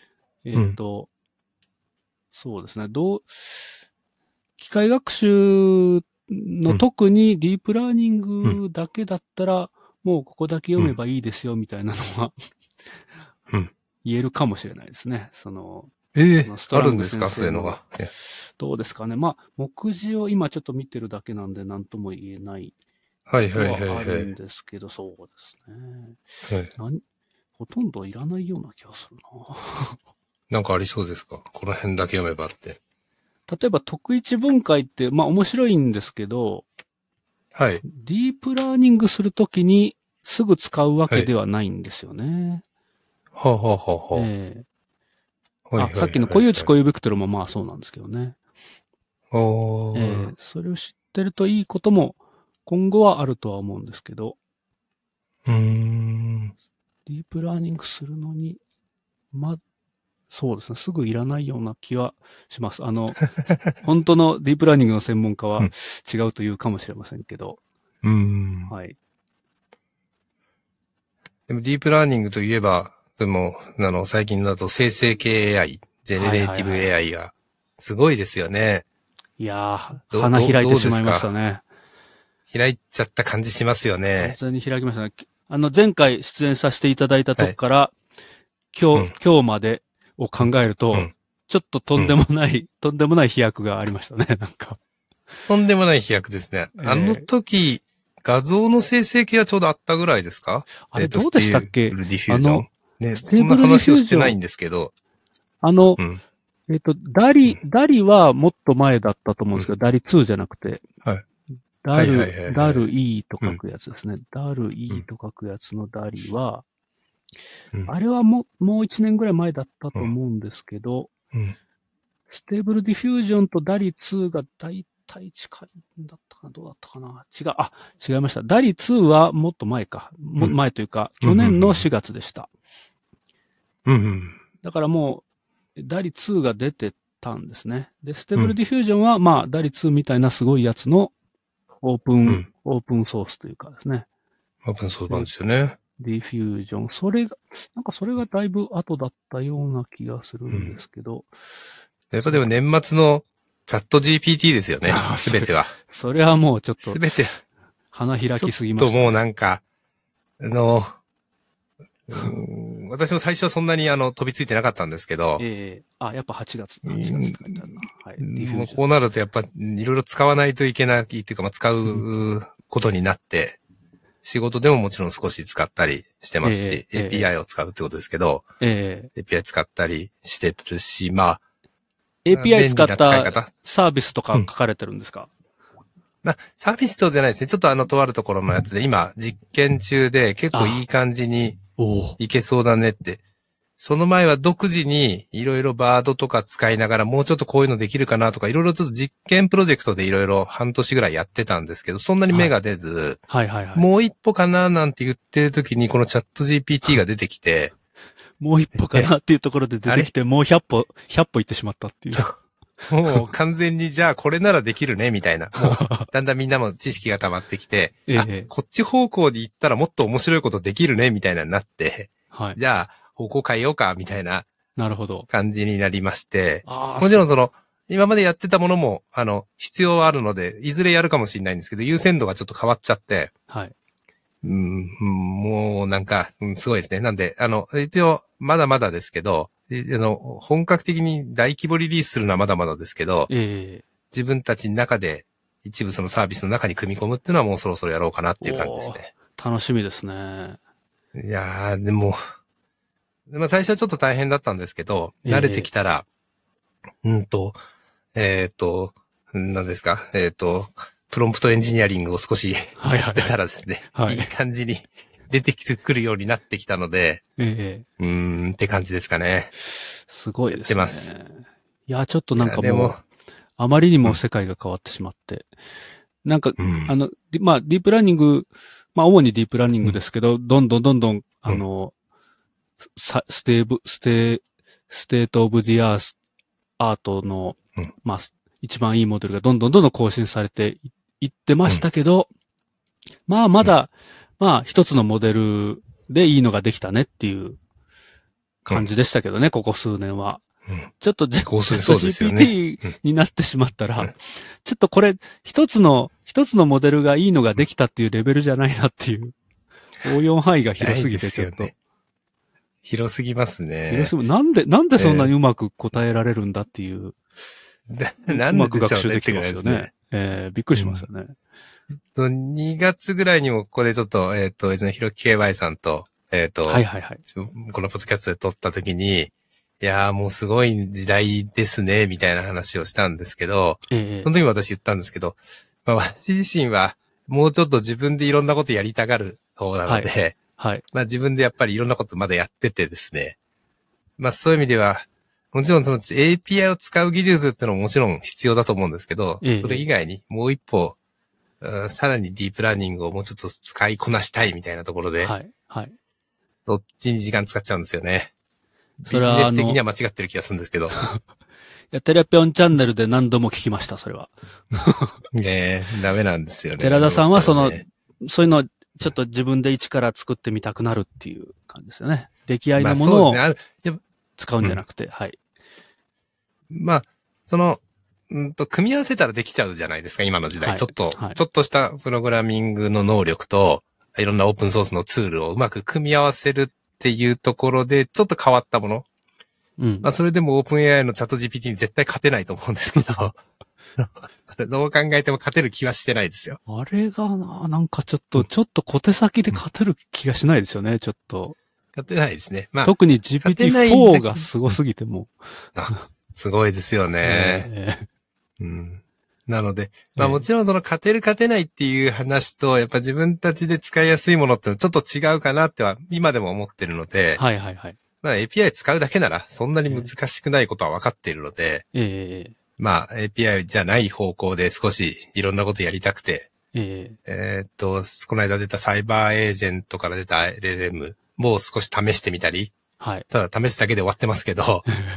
そうですね、機械学習の特にディープラーニングだけだったら、もうここだけ読めばいいですよ、みたいなのは、言えるかもしれないですね。 あるんですか、そういうのが。 どうですかね。まあ、目次を今ちょっと見てるだけなんで何とも言えない。 はあるんですけど、そうですね。ほとんどいらないような気がするな。 なんかありそうですか？この辺だけ読めばって。 例えば、特一分解って、まあ面白いんですけど、 はい。 ディープラーニングするときにすぐ使うわけではないんですよね。さっきの固有値固有ベクトルもまあそうなんですけどね。それを知ってるといいことも今後はあるとは思うんですけど。ディープラーニングするのに、そうですね。すぐいらないような気はします。本当のディープラーニングの専門家は違うというかもしれませんけど。はい。 でもディープラーニングといえば、でも、最近だと生成系 AI、ジェネレーティブ AI がすごいですよね。 いやー、花開いてしまいましたね。 開いちゃった感じしますよね。 完全に開きましたね。前回出演させていただいたとこから、今日までを考えると、ちょっととんでもない飛躍がありましたね、なんか。 とんでもない飛躍ですね。あの時、画像の生成系はちょうどあったぐらいですか？ あれどうでしたっけ？ ステーブルディフュージョン。ね、そんな話をしてないんですけど。 ダリはもっと前だったと思うんですけど、ダリ2じゃなくて、ダル E と書くやつですね。ダル E と書くやつのダリは、あれはもう1年ぐらい前だったと思うんですけど、ステーブルディフュージョンとダリ2が大体近いんだったかな、どうだったかな。違いました。ダリ2はもっと前か。前というか、去年の4月でした。だからもダリ2が出てたんですね。で、ステーブルディフュージョンは、まあ、ダリ2みたいなすごいやつのオープンソースというかですね。 オープンソースなんですよね。 ディフュージョン。それがだいぶ後だったような気がするんですけど。 やっぱでも年末のチャット GPT ですよね。すべては。 それはもうちょっと、 すべて。 花開きすぎました、 ちょっともうなんか、私も最初はそんなに飛びついてなかったんですけど。 やっぱ8月って書いてあるな。はい。 もうこうなるとやっぱいろいろ使わないといけないっていうか、まあ、使うことになって、仕事でももちろん少し使ったりしてますし、API を使うってことですけど、API 使ったりしてるし、まあ、 API 使ったサービスとか書かれてるんですか？ サービスとじゃないですね。ちょっととあるところのやつで、今、実験中で結構いい感じにいけそうだねって。その前は独自にいろいろバードとか使いながらもうちょっとこういうのできるかなとか、いろいろちょっと実験プロジェクトでいろいろ半年ぐらいやってたんですけど、そんなに芽が出ず、もう一歩かななんて言ってる時にこのチャット GPT が出てきて、 もう一歩かなっていうところで出てきて、もう100歩行ってしまったっていう。 もう完全にじゃあこれならできるねみたいな。もうだんだんみんなも知識が溜まってきて、こっち方向で行ったらもっと面白いことできるねみたいなになって、じゃあ方向変えようかみたいな感じになりまして、もちろん今までやってたものも必要はあるので、いずれやるかもしれないんですけど、優先度がちょっと変わっちゃって、もうなんか、すごいですね。なんで、一応まだまだですけど、本格的に大規模リリースするのはまだまだですけど、自分たちの中で一部そのサービスの中に組み込むっていうのはもうそろそろやろうかなっていう感じですね。 楽しみですね。 いやー、でも、最初はちょっと大変だったんですけど、慣れてきたら、何ですか、プロンプトエンジニアリングを少しやってたらですね、いい感じに出てくるようになってきたので、って感じですかね。 すごいですね。 やってます。 いや、ちょっとなんかもう、あまりにも世界が変わってしまって、なんか、まあ、ディープラーニング、まあ、主にディープラーニングですけど、どんどん、ステートオブディアートの、まあ、一番いいモデルがどんどん更新されていってましたけど、まあ、まだ、まあ、一つのモデルでいいのができたねっていう感じでしたけどね、ここ数年は。ちょっとGPT になってしまったら、ちょっとこれ、一つのモデルがいいのができたっていうレベルじゃないなっていう、応用範囲が広すぎてちょっと。 広すぎますね。 なんでそんなにうまく答えられるんだっていう。 うまく学習できてますよね。 びっくりしますよね。 2月ぐらいにもここでちょっと、ひろき KY さんと、このポッドキャストで撮った時に、いやーもうすごい時代ですね、みたいな話をしたんですけど、その時も私言ったんですけど、まあ私自身はもうちょっと自分でいろんなことやりたがる方なので、まあ自分でやっぱりいろんなことまだやっててですね、まあそういう意味では、もちろんその API を使う技術ってのももちろん必要だと思うんですけど、それ以外にもう一歩、さらにディープラーニングをもうちょっと使いこなしたいみたいなところで、そっちに時間使っちゃうんですよね。ビジネス的には間違ってる気がするんですけど。 いや、テレピョンチャンネルで何度も聞きました、それは。 ダメなんですよね。 寺田さんはそういうの、ちょっと自分で一から作ってみたくなるっていう感じですよね。出来合いのものを使うんじゃなくて、 まあ、組み合わせたらできちゃうじゃないですか、今の時代。ちょっとしたプログラミングの能力と、いろんなオープンソースのツールをうまく組み合わせるっていうところで、ちょっと変わったもの。まあ、それでもオープン AI のチャット GPT に絶対勝てないと思うんですけど、どう考えても勝てる気はしてないですよ。 あれがなんかちょっと小手先で勝てる気がしないですよね、ちょっと。 勝てないですね。まあ、 特に GPT-4 がすごすぎても。 すごいですよね。なので、まあもちろん勝てる勝てないっていう話と、やっぱ自分たちで使いやすいものってのはちょっと違うかなっては今でも思ってるので、まあ API 使うだけならそんなに難しくないことは分かっているので、まあ API じゃない方向で少しいろんなことやりたくて、この間出たサイバーエージェントから出た LLM も少し試してみたり、ただ試すだけで終わってますけど、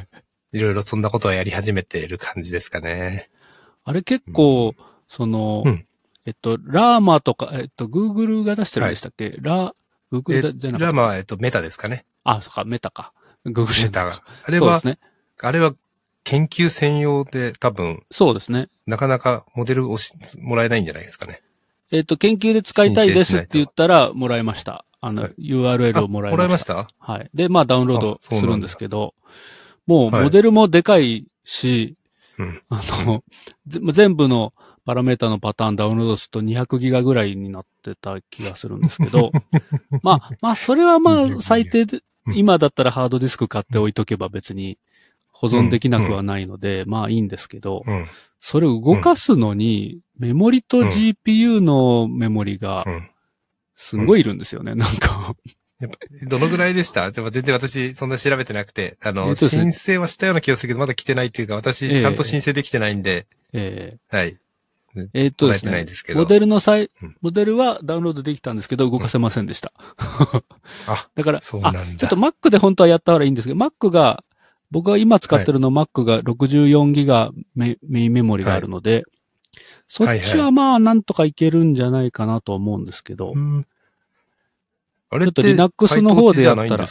いろいろそんなことはやり始めている感じですかね。 あれ結構、 うん。 ラーマとか、Google が出してるんでしたっけ、Google じゃなかったかな。 ラマは、メタですかね。 あ、そっか、メタか。Google じゃないか。 メタが。 そうですね。 あれは研究専用で多分、 そうですね。 なかなかモデルをもらえないんじゃないですかね。 研究で使いたいですって言ったらもらいました。 はい、 URL をもらいました。 もらいました？ はい。で、まあダウンロードするんですけど、もうはい、 モデルもでかいし、 うん、 全部のパラメータのパターンダウンロードすると200ギガぐらいになってた気がするんですけど、まあ、それはまあ、最低で、今だったらハードディスク買って置いとけば別に保存できなくはないので、まあいいんですけど、それを動かすのに、メモリと GPU のメモリが、すんごいいるんですよね、なんか。 やっぱどのぐらいでした？でも全然私そんな調べてなくて、申請はしたような気がするけど、まだ来てないっていうか、私ちゃんと申請できてないんで、はい。 ですね。モデルはダウンロードできたんですけど、動かせませんでした。だから、 そうなんだ。 ちょっと Mac で本当はやったらいいんですけど、Mac が、僕が今使ってるの Mac が64ギガメインメモリがあるので、そっちはまあなんとかいけるんじゃないかなと思うんですけど、 あれって、 ちょっと Linux の方でやったら、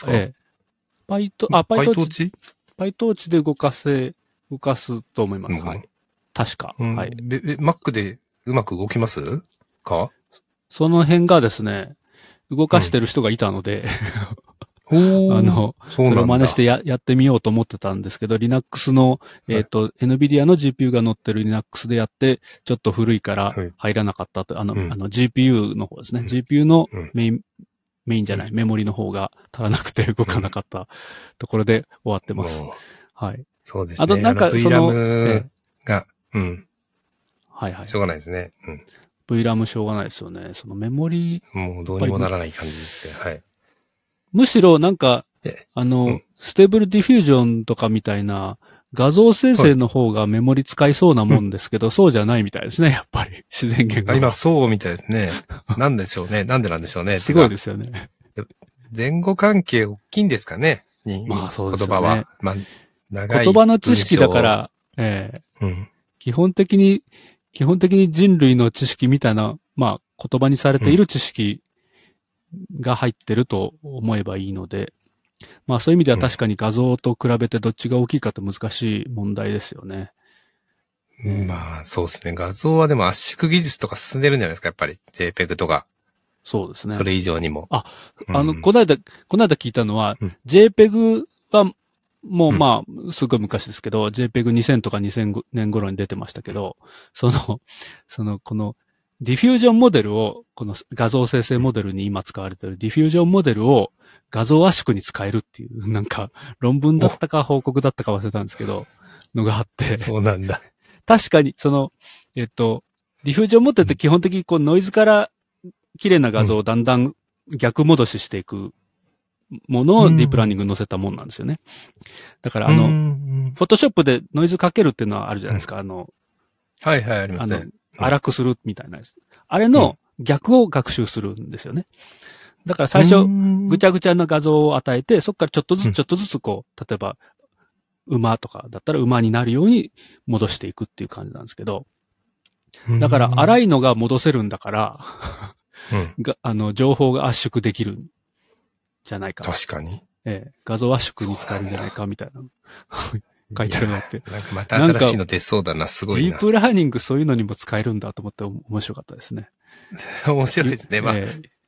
PyTorch？ PyTorch で動かすと思います。はい。確か。はい。 Mac でうまく動きますか？ その辺がですね、動かしてる人がいたので、それを真似してやってみようと思ってたんですけど、Linux の、NVIDIA の GPU が乗ってる Linux でやって、ちょっと古いから入らなかったと、GPU の方ですね。GPU のメインじゃない、メモリの方が足らなくて動かなかったところで終わってます。はい。 そうですね。 あとなんか、 VRAM が、 はいはい。 しょうがないですね。 VRAM しょうがないですよね。そのメモリ。 もうどうにもならない感じですよ。はい。 むしろなんか、ステーブルディフュージョンとかみたいな画像生成の方がメモリ使いそうなもんですけど、そうじゃないみたいですね、やっぱり。自然言語。 今そうみたいですね。なんでしょうね。なんでなんでしょうね。 すごいですよね。 前後関係大きいんですかね。 まあそうですね。言葉は。まあ、長い。 言葉の知識だから、基本的に人類の知識みたいな、まあ言葉にされている知識が入ってると思えばいいので、まあそういう意味では確かに画像と比べてどっちが大きいかって難しい問題ですよね。 まあそうですね。画像はでも圧縮技術とか進んでるんじゃないですか、やっぱり。JPEG とか。 そうですね。 それ以上にも。 この間聞いたのは、JPEG はもうまあ、すごい昔ですけど、JPEG2000 とか2000年頃に出てましたけど、このディフュージョンモデルを、この画像生成モデルに今使われているディフュージョンモデルを画像圧縮に使えるっていう、なんか論文だったか報告だったか忘れたんですけど、のがあって。 そうなんだ。 確かに、ディフュージョンモデルって基本的にこうノイズから綺麗な画像をだんだん逆戻ししていくものをディープラーニングに載せたもんなんですよね。だからフォトショップでノイズかけるっていうのはあるじゃないですか。 はいはい、ありますね。 荒くするみたいなやつ。あれの逆を学習するんですよね。だから最初、ぐちゃぐちゃな画像を与えて、そこからちょっとずつこう、例えば、馬とかだったら馬になるように戻していくっていう感じなんですけど。だから、荒いのが戻せるんだから、情報が圧縮できるんじゃないか。 確かに。 画像圧縮に使えるんじゃないかみたいな。書いてあるのって。 なんかまた新しいの出そうだな、すごいな。 ディープラーニングそういうのにも使えるんだと思って面白かったですね。 面白いですね。まあ、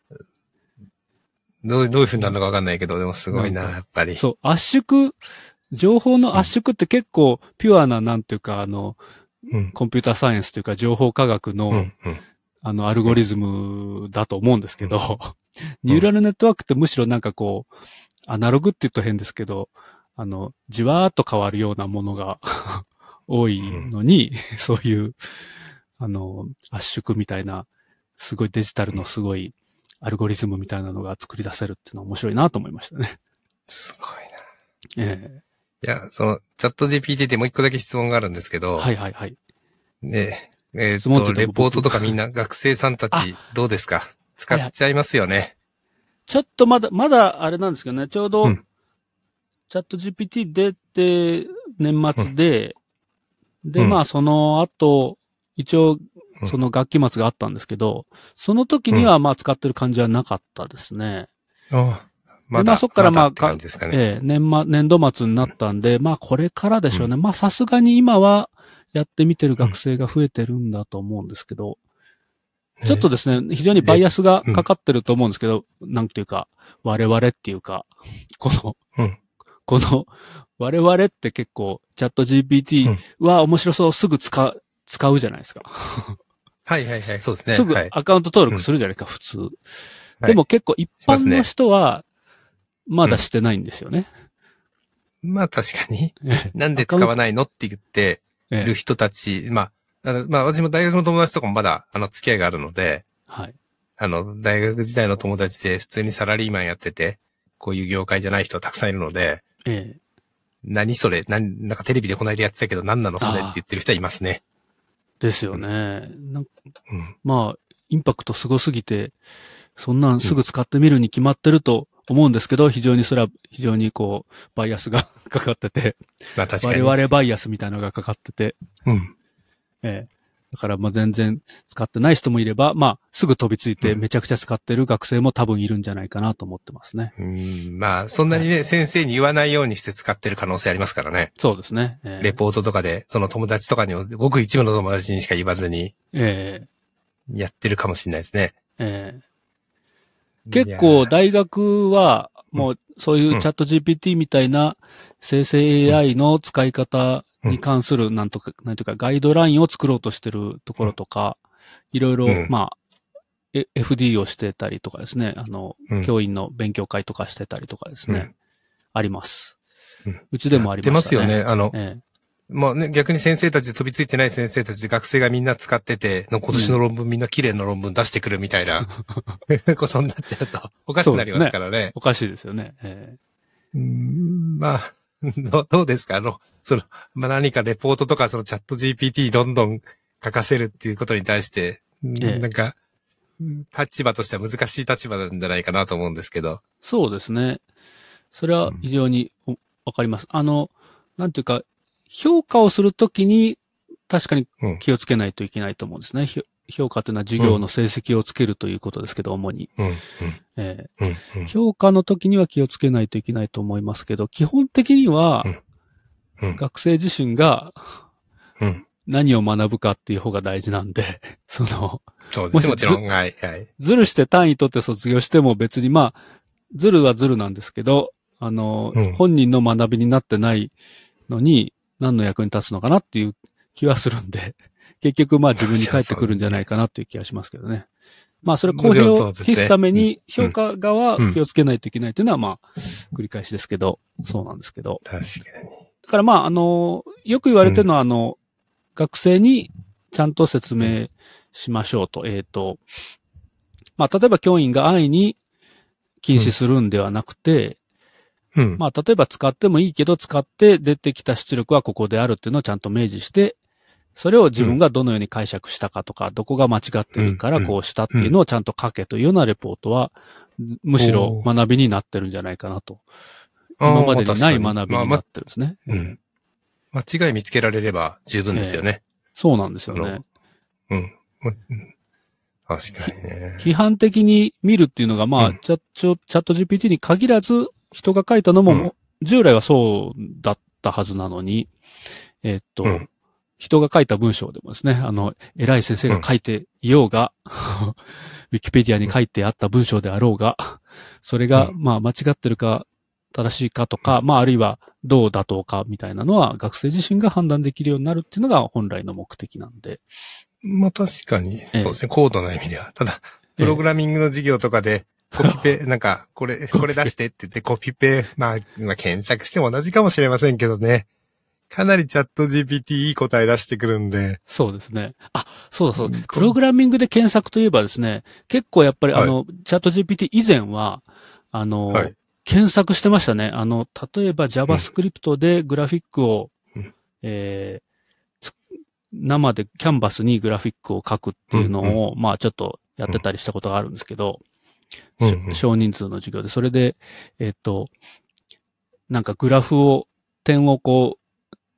どういう風になるのかわかんないけど、でもすごいな、やっぱり。 そう、情報の圧縮って結構ピュアな、なんていうか、コンピューターサイエンスというか情報科学の、アルゴリズムだと思うんですけど、ニューラルネットワークってむしろなんかこう、アナログって言うと変ですけど、じわーっと変わるようなものが多いのに、そういう、圧縮みたいな、すごいデジタルのすごいアルゴリズムみたいなのが作り出せるっていうのは面白いなと思いましたね。 すごいな。いや、チャット GPT でもう一個だけ質問があるんですけど。 はいはいはい。 ね、レポートとかみんな学生さんたちどうですか？使っちゃいますよね。 ちょっとまだあれなんですけどね、ちょうど、チャット GPT 出て、 年末で、で、 うんまあその後、一応うん、 その学期末があったんですけど、その時にはまあ使ってる感じはなかったですね。 あまで、まあだ、 そっからまあ、 まだって感じですかね。 年度末になったんで、まあこれからでしょうね。まあさすがに今はやってみてる学生が増えてるんだと思うんですけど、ちょっとですね、非常にバイアスがかかってると思うんですけど、なんていうか、我々っていうか、 うん。 この、我々って結構、チャット GPT は面白そうすぐ使うじゃないですか。 はいはいはい、そうですね。 すぐはい。 アカウント登録するじゃないですか、普通。 はいでも結構一般のしますね。 人は、まだしてないんですよね。 まあ確かに。 ええなんで使わないのって言ってええる人たち、まあ、私も大学の友達とかもまだ、付き合いがあるので、 はい。 大学時代の友達で普通にサラリーマンやってて、こういう業界じゃない人たくさんいるので、 ええ何それ、なんかテレビでこないでやってたけど何なのそれって言ってる人はいますね。 ですよね。 うん。 まあ、インパクトすごすぎて、そんなんすぐ使ってみるに決まってると思うんですけど、非常にそれは、非常にこう、バイアスがかかってて、 まあ確かに。 我々バイアスみたいなのがかかってて、 うん。 だからまあ全然使ってない人もいれば、まあすぐ飛びついてめちゃくちゃ使ってる学生も多分いるんじゃないかなと思ってますね。 まあ、そんなにね、先生に言わないようにして使ってる可能性ありますからね。 そうですね。 レポートとかで、その友達とかにも、ごく一部の友達にしか言わずに、やってるかもしれないですね。 結構大学は、もうそういうチャット GPT みたいな生成 AI の使い方に関するなんていうかガイドラインを作ろうとしてるところとか、いろいろ、まあ、FD をしてたりとかですね、教員の勉強会とかしてたりとかですね、あります。うちでもありますよね。出ますよね。まあね、逆に先生たちで飛びついてない先生たちで学生がみんな使ってて、今年の論文みんな綺麗な論文出してくるみたいなことになっちゃうとおかしくなりますからね。 おかしいですよね。 まあ、どうですかまあ何かレポートとかそのチャット GPT どんどん書かせるっていうことに対して、なんか、立場としては難しい立場なんじゃないかなと思うんですけど。 そうですね。それは非常にわかります。なんていうか、評価をするときに確かに気をつけないといけないと思うんですね。評価というのは授業の成績をつけるということですけど、主に。評価の時には気をつけないといけないと思いますけど、基本的には、学生自身が何を学ぶかっていう方が大事なんで、 そうですね、もちろん。はい、はい。 ずるして単位取って卒業しても別にまあ、ずるはずるなんですけど、本人の学びになってないのに何の役に立つのかなっていう気はするんで、結局まあ自分に返ってくるんじゃないかなっていう気がしますけどね。まあそれ公平を期すために評価側は気をつけないといけないというのはまあ繰り返しですけど、そうなんですけど。 確かに。 だからまあよく言われてるのは学生にちゃんと説明しましょうと。まあ例えば教員が安易に禁止するんではなくて、まあ、例えば使ってもいいけど、使って出てきた出力はここであるっていうのをちゃんと明示して、それを自分がどのように解釈したかとか、どこが間違ってるからこうしたっていうのをちゃんと書けというようなレポートは、むしろ学びになってるんじゃないかなと。今までにない学びになってるんですね。 間違い見つけられれば十分ですよね。 そうなんですよね。 確かにね。 批判的に見るっていうのが、まあ、チャット GPT に限らず、人が書いたのも、従来はそうだったはずなのに、人が書いた文章でもですね、偉い先生が書いていようが、ウィキペディアに書いてあった文章であろうが、それが、まあ、間違ってるか、正しいかとか、まあ、あるいは、どう妥当かみたいなのは、学生自身が判断できるようになるっていうのが本来の目的なんで。 まあ、確かに、そうですね、高度な意味では。ただ、プログラミングの授業とかで、コピペ、なんか、これ出してって言ってコピペ、まあ、検索しても同じかもしれませんけどね。かなりチャット GPT いい答え出してくるんで。 そうですね。あ、そうだそうだ。プログラミングで検索といえばですね、結構やっぱりチャット GPT 以前は、検索してましたね。例えば JavaScript でグラフィックを、生でキャンバスにグラフィックを書くっていうのを、まあちょっとやってたりしたことがあるんですけど、少人数の授業で、それで、なんかグラフを、点をこう、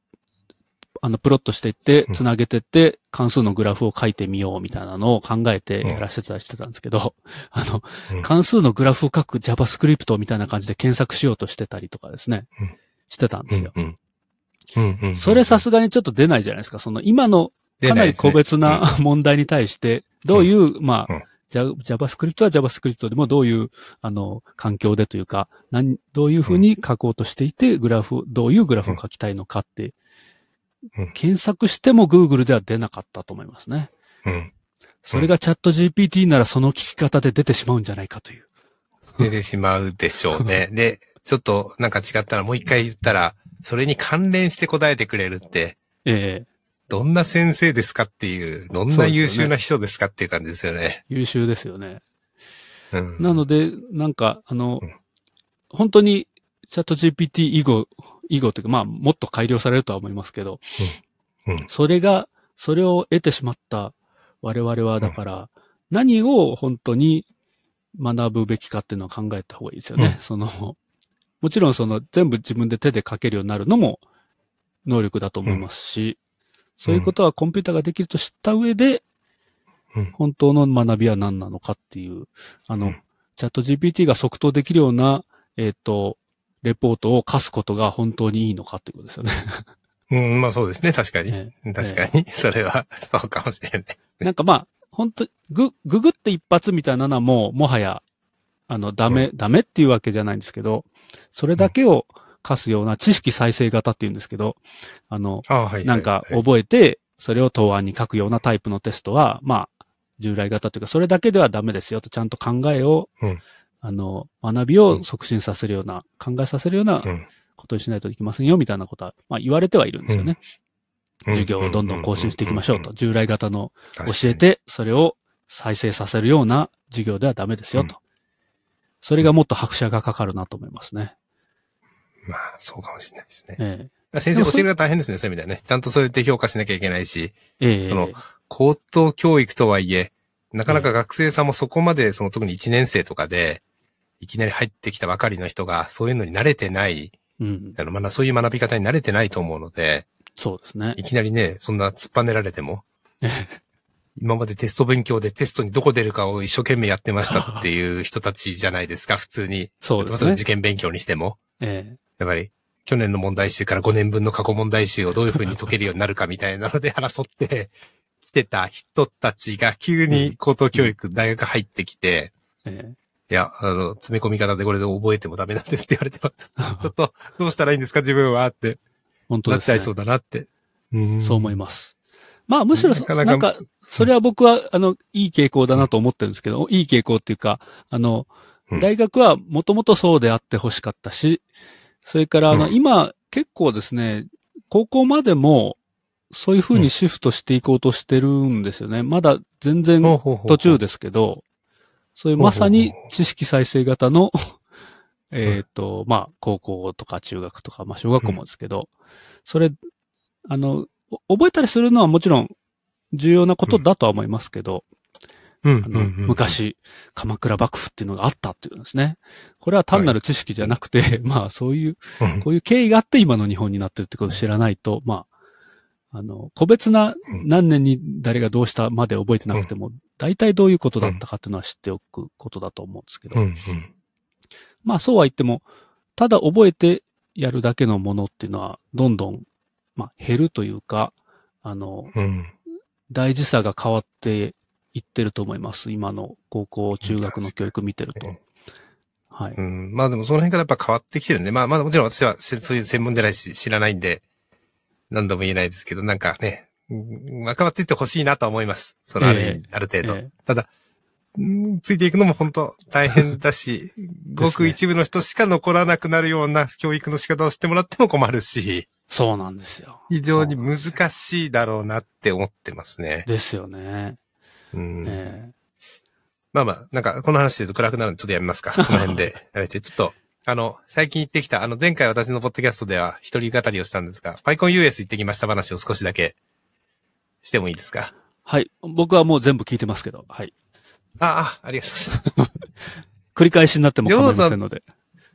プロットしていって、つなげていって、関数のグラフを書いてみようみたいなのを考えてやらせてたりしてたんですけど、関数のグラフを書く JavaScript みたいな感じで検索しようとしてたりとかですね、してたんですよ。それさすがにちょっと出ないじゃないですか。その今のかなり個別な問題に対して、どういう、まあ、JavaScript は JavaScript でもどういう、環境でというか、どういうふうに書こうとしていて、どういうグラフを書きたいのかって、検索しても Google では出なかったと思いますね。それがチャット GPT ならその聞き方で出てしまうんじゃないかという。 出てしまうでしょうね。で、ちょっとなんか違ったらもう一回言ったら、それに関連して答えてくれるって、どんな先生ですかっていう、どんな優秀な人ですかっていう感じですよね。 優秀ですよね。なので、なんか、本当にチャット GPT 以後というか、まあ、もっと改良されるとは思いますけど、それを得てしまった我々は、だから、何を本当に学ぶべきかっていうのを考えた方がいいですよね。もちろん全部自分で手で書けるようになるのも能力だと思いますし、そういうことはコンピューターができると知った上で、本当の学びは何なのかっていう、チャット GPT が即答できるような、レポートを課すことが本当にいいのかっていうことですよね。 まあそうですね、確かに。確かに、それは、そうかもしれない。 なんかまあ、本当ググって一発みたいなのはもはや、ダメっていうわけじゃないんですけど、それだけを課すような知識再生型っていうんですけど、なんか覚えて、それを答案に書くようなタイプのテストは、まあ、従来型というか、それだけではダメですよと、ちゃんと考えを、学びを促進させるような、考えさせるようなことにしないといけませんよ、みたいなことは、まあ言われてはいるんですよね。授業をどんどん更新していきましょうと。従来型の教えて、それを再生させるような授業ではダメですよと。それがもっと拍車がかかるなと思いますね。 まあ、そうかもしれないですね。先生教えるのが大変ですね、そういう意味ではね。ちゃんとそうやって評価しなきゃいけないし、高等教育とはいえ、なかなか学生さんもそこまで、特に1年生とかで、いきなり入ってきたばかりの人が、そういうのに慣れてない、そういう学び方に慣れてないと思うので、 そうですね。 いきなりね、そんな突っぱねられても、今までテスト勉強でテストにどこ出るかを一生懸命やってましたっていう人たちじゃないですか、普通に。 そうですね。 受験勉強にしても。やっぱり、去年の問題集から5年分の過去問題集をどういう風に解けるようになるかみたいなので争ってきてた人たちが急に高等教育、大学入ってきて、いや、詰め込み方でこれで覚えてもダメなんですって言われてます。ちょっと、どうしたらいいんですか自分はって。 本当ですね。 なっちゃいそうだなって。 そう思います。まあ、むしろ、なんか、それは僕は、いい傾向だなと思ってるんですけど、いい傾向っていうか、大学はもともとそうであってほしかったし、それから、今、結構ですね、高校までも、そういう風にシフトしていこうとしてるんですよね。まだ全然途中ですけど、そういうまさに知識再生型の、まあ、高校とか中学とか、まあ、小学校もですけど、それ、覚えたりするのはもちろん重要なことだとは思いますけど、昔、鎌倉幕府っていうのがあったっていうんですね。これは単なる知識じゃなくて、まあそういう、こういう経緯があって今の日本になってるってことを知らないと、まあ、個別な何年に誰がどうしたまで覚えてなくても、大体どういうことだったかっていうのは知っておくことだと思うんですけど、まあそうは言っても、ただ覚えてやるだけのものっていうのは、どんどん、まあ減るというか、大事さが変わっていってると思います。今の高校、中学の教育見てると。はい。 まあでもその辺からやっぱ変わってきてるんで、まあもちろん私はそういう専門じゃないし知らないんで、何度も言えないですけど、なんかね、変わっていってほしいなと思います。ある程度。ただ、ついていくのも本当大変だし、ごく一部の人しか残らなくなるような教育の仕方をしてもらっても困るし。 そうなんですよ。 非常に難しいだろうなって思ってますね。 ですよね。 まあまあ、なんかこの話で言うと暗くなるんでちょっとやめますか。この辺で。ちょっと、最近行ってきた、前回私のポッドキャストでは一人語りをしたんですが、PyConUS 行ってきました話を少しだけしてもいいですか？ はい。僕はもう全部聞いてますけど、はい。 ありがとうございます。 繰り返しになっても構いませんので。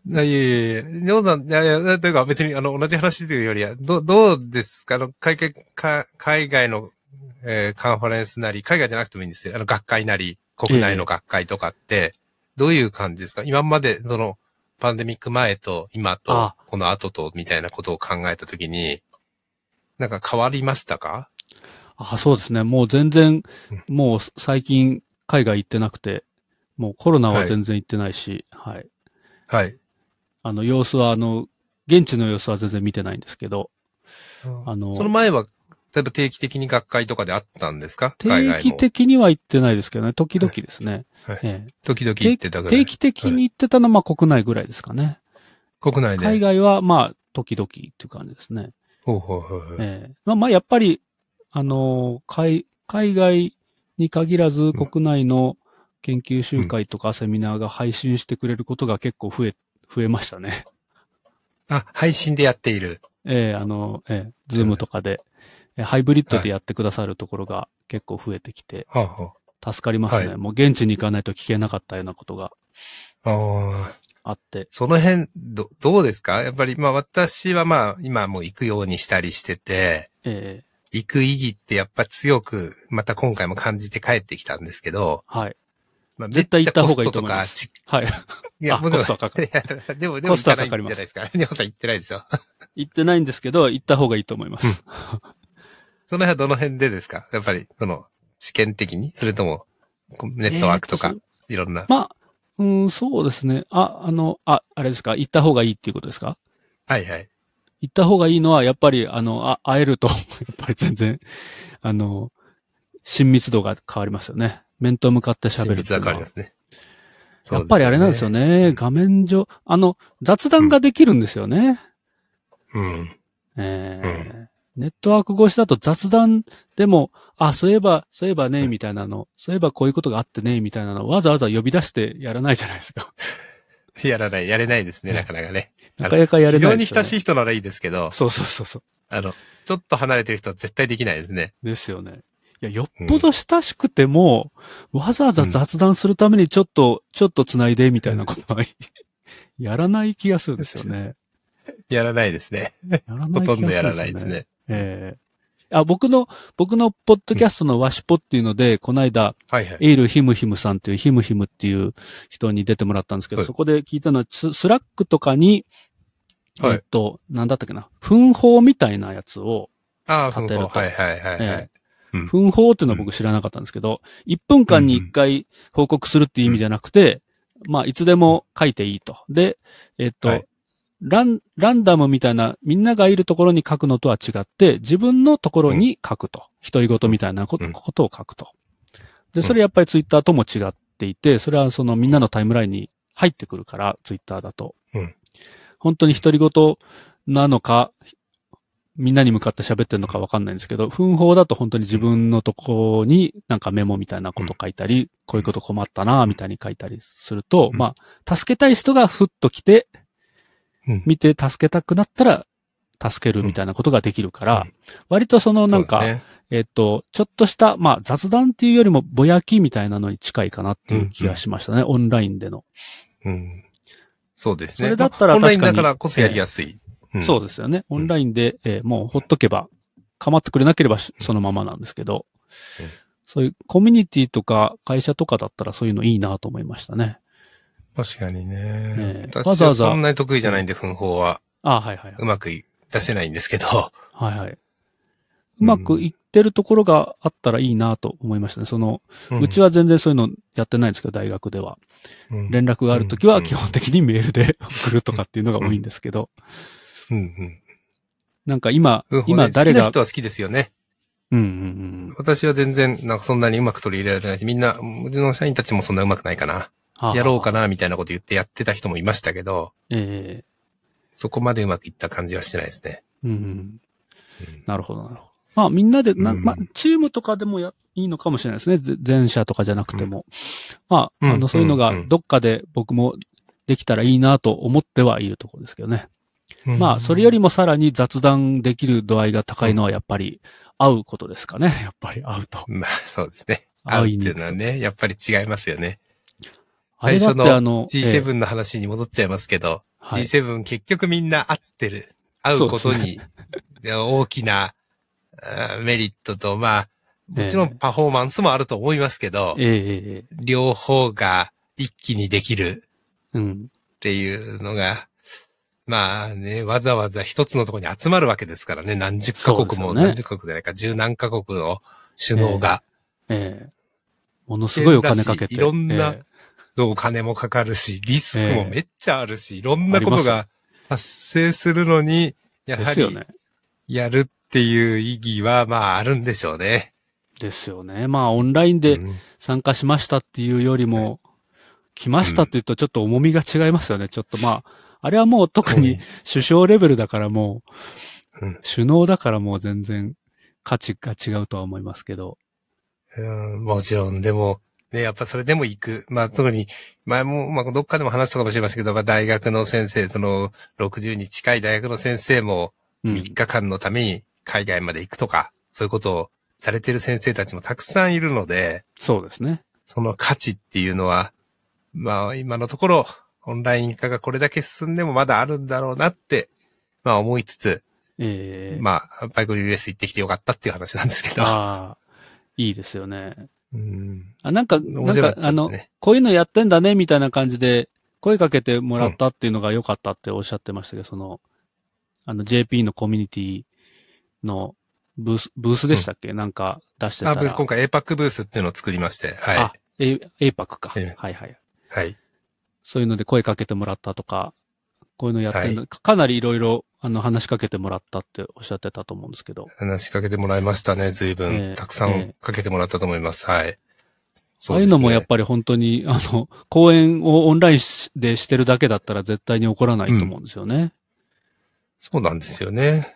いやいやいや、りょうさん、いやいや、というか別に同じ話というよりは、どうですか海外の、カンファレンスなり、海外じゃなくてもいいんですよ。学会なり、国内の学会とかって、どういう感じですか？今まで、パンデミック前と今と、この後と、みたいなことを考えたときに、なんか変わりましたか？ そうですね。もう全然、もう最近海外行ってなくて、もうコロナは全然行ってないし、はい。 はい。 様子は、現地の様子は全然見てないんですけど、 その前は、例えば定期的に学会とかであったんですか？海外も。 定期的には行ってないですけどね、時々ですね。 はい。時々行ってたぐらい。 定期的に行ってたのは、まあ国内ぐらいですかね。 国内で。 海外は、まあ、時々っていう感じですね。 ほうほうほう。 まあ、やっぱり、海外に限らず国内の研究集会とかセミナーが配信してくれることが結構増えましたね。 配信でやっている。 ズームとかで、ハイブリッドでやってくださるところが結構増えてきて、助かりますね。もう現地に行かないと聞けなかったようなことがあって。 その辺、どうですか？やっぱり、まあ私はまあ今も行くようにしたりしてて、行く意義ってやっぱ強く、また今回も感じて帰ってきたんですけど、 はい。 まあ、 絶対行った方がいいと思います。はい。 いや、もちろん。 コストはかかる。 でも行かないんじゃないですか。ニョンさん行ってないですよ。 行ってないんですけど、行った方がいいと思います。 その辺はどの辺でですか？やっぱり、試験的に？それとも、ネットワークとか、いろんな。 まあ、そうですね。あれですか？行った方がいいっていうことですか？ はいはい。 行った方がいいのは、やっぱり、会えると、やっぱり全然、親密度が変わりますよね。面と向かって喋るっていうのは。親密度が変わりますね。やっぱりあれなんですよね。画面上、雑談ができるんですよね。ネットワーク越しだと雑談でも、そういえばね、みたいなの、そういえばこういうことがあってね、みたいなのをわざわざ呼び出してやらないじゃないですか。 やれないですね、なかなかね。 なかなかやれないですね。 非常に親しい人ならいいですけど。 そう。 ちょっと離れてる人は絶対できないですね。 ですよね。いや、よっぽど親しくても、わざわざ雑談するためにちょっと繋いで、みたいなことは、やらない気がするんですよね。 やらないですね。ほとんどやらないですね。 僕のポッドキャストのワシポっていうので、この間、エイルヒムヒムさんっていうヒムヒムっていう人に出てもらったんですけど、そこで聞いたのは、スラックとかに、なんだったっけな、奮法みたいなやつを立てると。奮法っていうのは僕知らなかったんですけど、1分間に1回報告するっていう意味じゃなくて、まあ、いつでも書いていいと。で、ランダムみたいな、みんながいるところに書くのとは違って、自分のところに書くと。独り言みたいなことを書くと。で、それやっぱりツイッターとも違っていて、それはそのみんなのタイムラインに入ってくるから、ツイッターだと。本当に独り言なのか、みんなに向かって喋ってるのかわかんないんですけど、奮法だと本当に自分のとこになんかメモみたいなこと書いたり、こういうこと困ったなみたいに書いたりすると、まあ、助けたい人がふっと来て、見て助けたくなったら助けるみたいなことができるから、割とそのなんか、ちょっとした、まあ雑談っていうよりもぼやきみたいなのに近いかなっていう気がしましたね、オンラインでの。 そうですね。 それだったら確かに。 オンラインだからこそやりやすい。 そうですよね。オンラインで、もうほっとけば、構ってくれなければそのままなんですけど、そういうコミュニティとか会社とかだったらそういうのいいなと思いましたね。 確かにね。私はそんなに得意じゃないんで、奮法は。うまく出せないんですけど。 うまくいってるところがあったらいいなと思いましたね。うちは全然そういうのやってないんですけど、大学では。連絡があるときは基本的にメールで送るとかっていうのが多いんですけど。なんか今誰が。 好きな人は好きですよね。私は全然、なんかそんなにうまく取り入れられてないし、みんな、うちの社員たちもそんなうまくないかな。やろうかな、みたいなこと言ってやってた人もいましたけど、そこまでうまくいった感じはしてないですね。 なるほど、なるほど。まあみんなで、チームとかでもいいのかもしれないですね。全社とかじゃなくても。まあ、そういうのがどっかで僕もできたらいいなと思ってはいるところですけどね。まあ、それよりもさらに雑談できる度合いが高いのはやっぱり会うことですかね。やっぱり会うと。 まあ、そうですね。会うっていうのはね、やっぱり違いますよね。 最初の G7 の話に戻っちゃいますけど、 はい。 G7 結局みんな会ってる。会うことに大きなメリットと、まあ、もちろんパフォーマンスもあると思いますけど、両方が一気にできるっていうのが、まあね、わざわざ一つのところに集まるわけですからね、何十カ国も、何十カ国じゃないか、十何カ国の首脳が。 ものすごいお金かけて。 いろんな、お金もかかるし、リスクもめっちゃあるし、いろんなことが発生するのに、やはり、やるっていう意義は、まあ、あるんでしょうね。 ですよね。まあ、オンラインで参加しましたっていうよりも、来ましたって言うとちょっと重みが違いますよね。ちょっとまあ、あれはもう特に首相レベルだからもう、首脳だからもう全然価値が違うとは思いますけど。 もちろん、でも、ね、やっぱそれでも行く。まあ、特に、前も、まあ、どっかでも話したかもしれませんけど、まあ、大学の先生、その、60に近い大学の先生も、3日間のために海外まで行くとか、そういうことをされてる先生たちもたくさんいるので、 そうですね。 その価値っていうのは、まあ、今のところ、オンライン化がこれだけ進んでもまだあるんだろうなって、まあ思いつつ、まあ、パイコン US 行ってきてよかったっていう話なんですけど。 ああ、いいですよね。なんか、こういうのやってんだね、みたいな感じで、声かけてもらったっていうのが良かったっておっしゃってましたけど、その、JP のコミュニティのブースでしたっけ、なんか出してたら。 今回 APAC ブースっていうのを作りまして、はい。 APAC か。はいはい。 はい。 そういうので声かけてもらったとか、こういうのやってんだ、かなりいろいろ、話しかけてもらったっておっしゃってたと思うんですけど。 話しかけてもらいましたね、随分。たくさんかけてもらったと思います。はい。 ああいうのもやっぱり本当に、講演をオンラインでしてるだけだったら絶対に起こらないと思うんですよね。 そうなんですよね。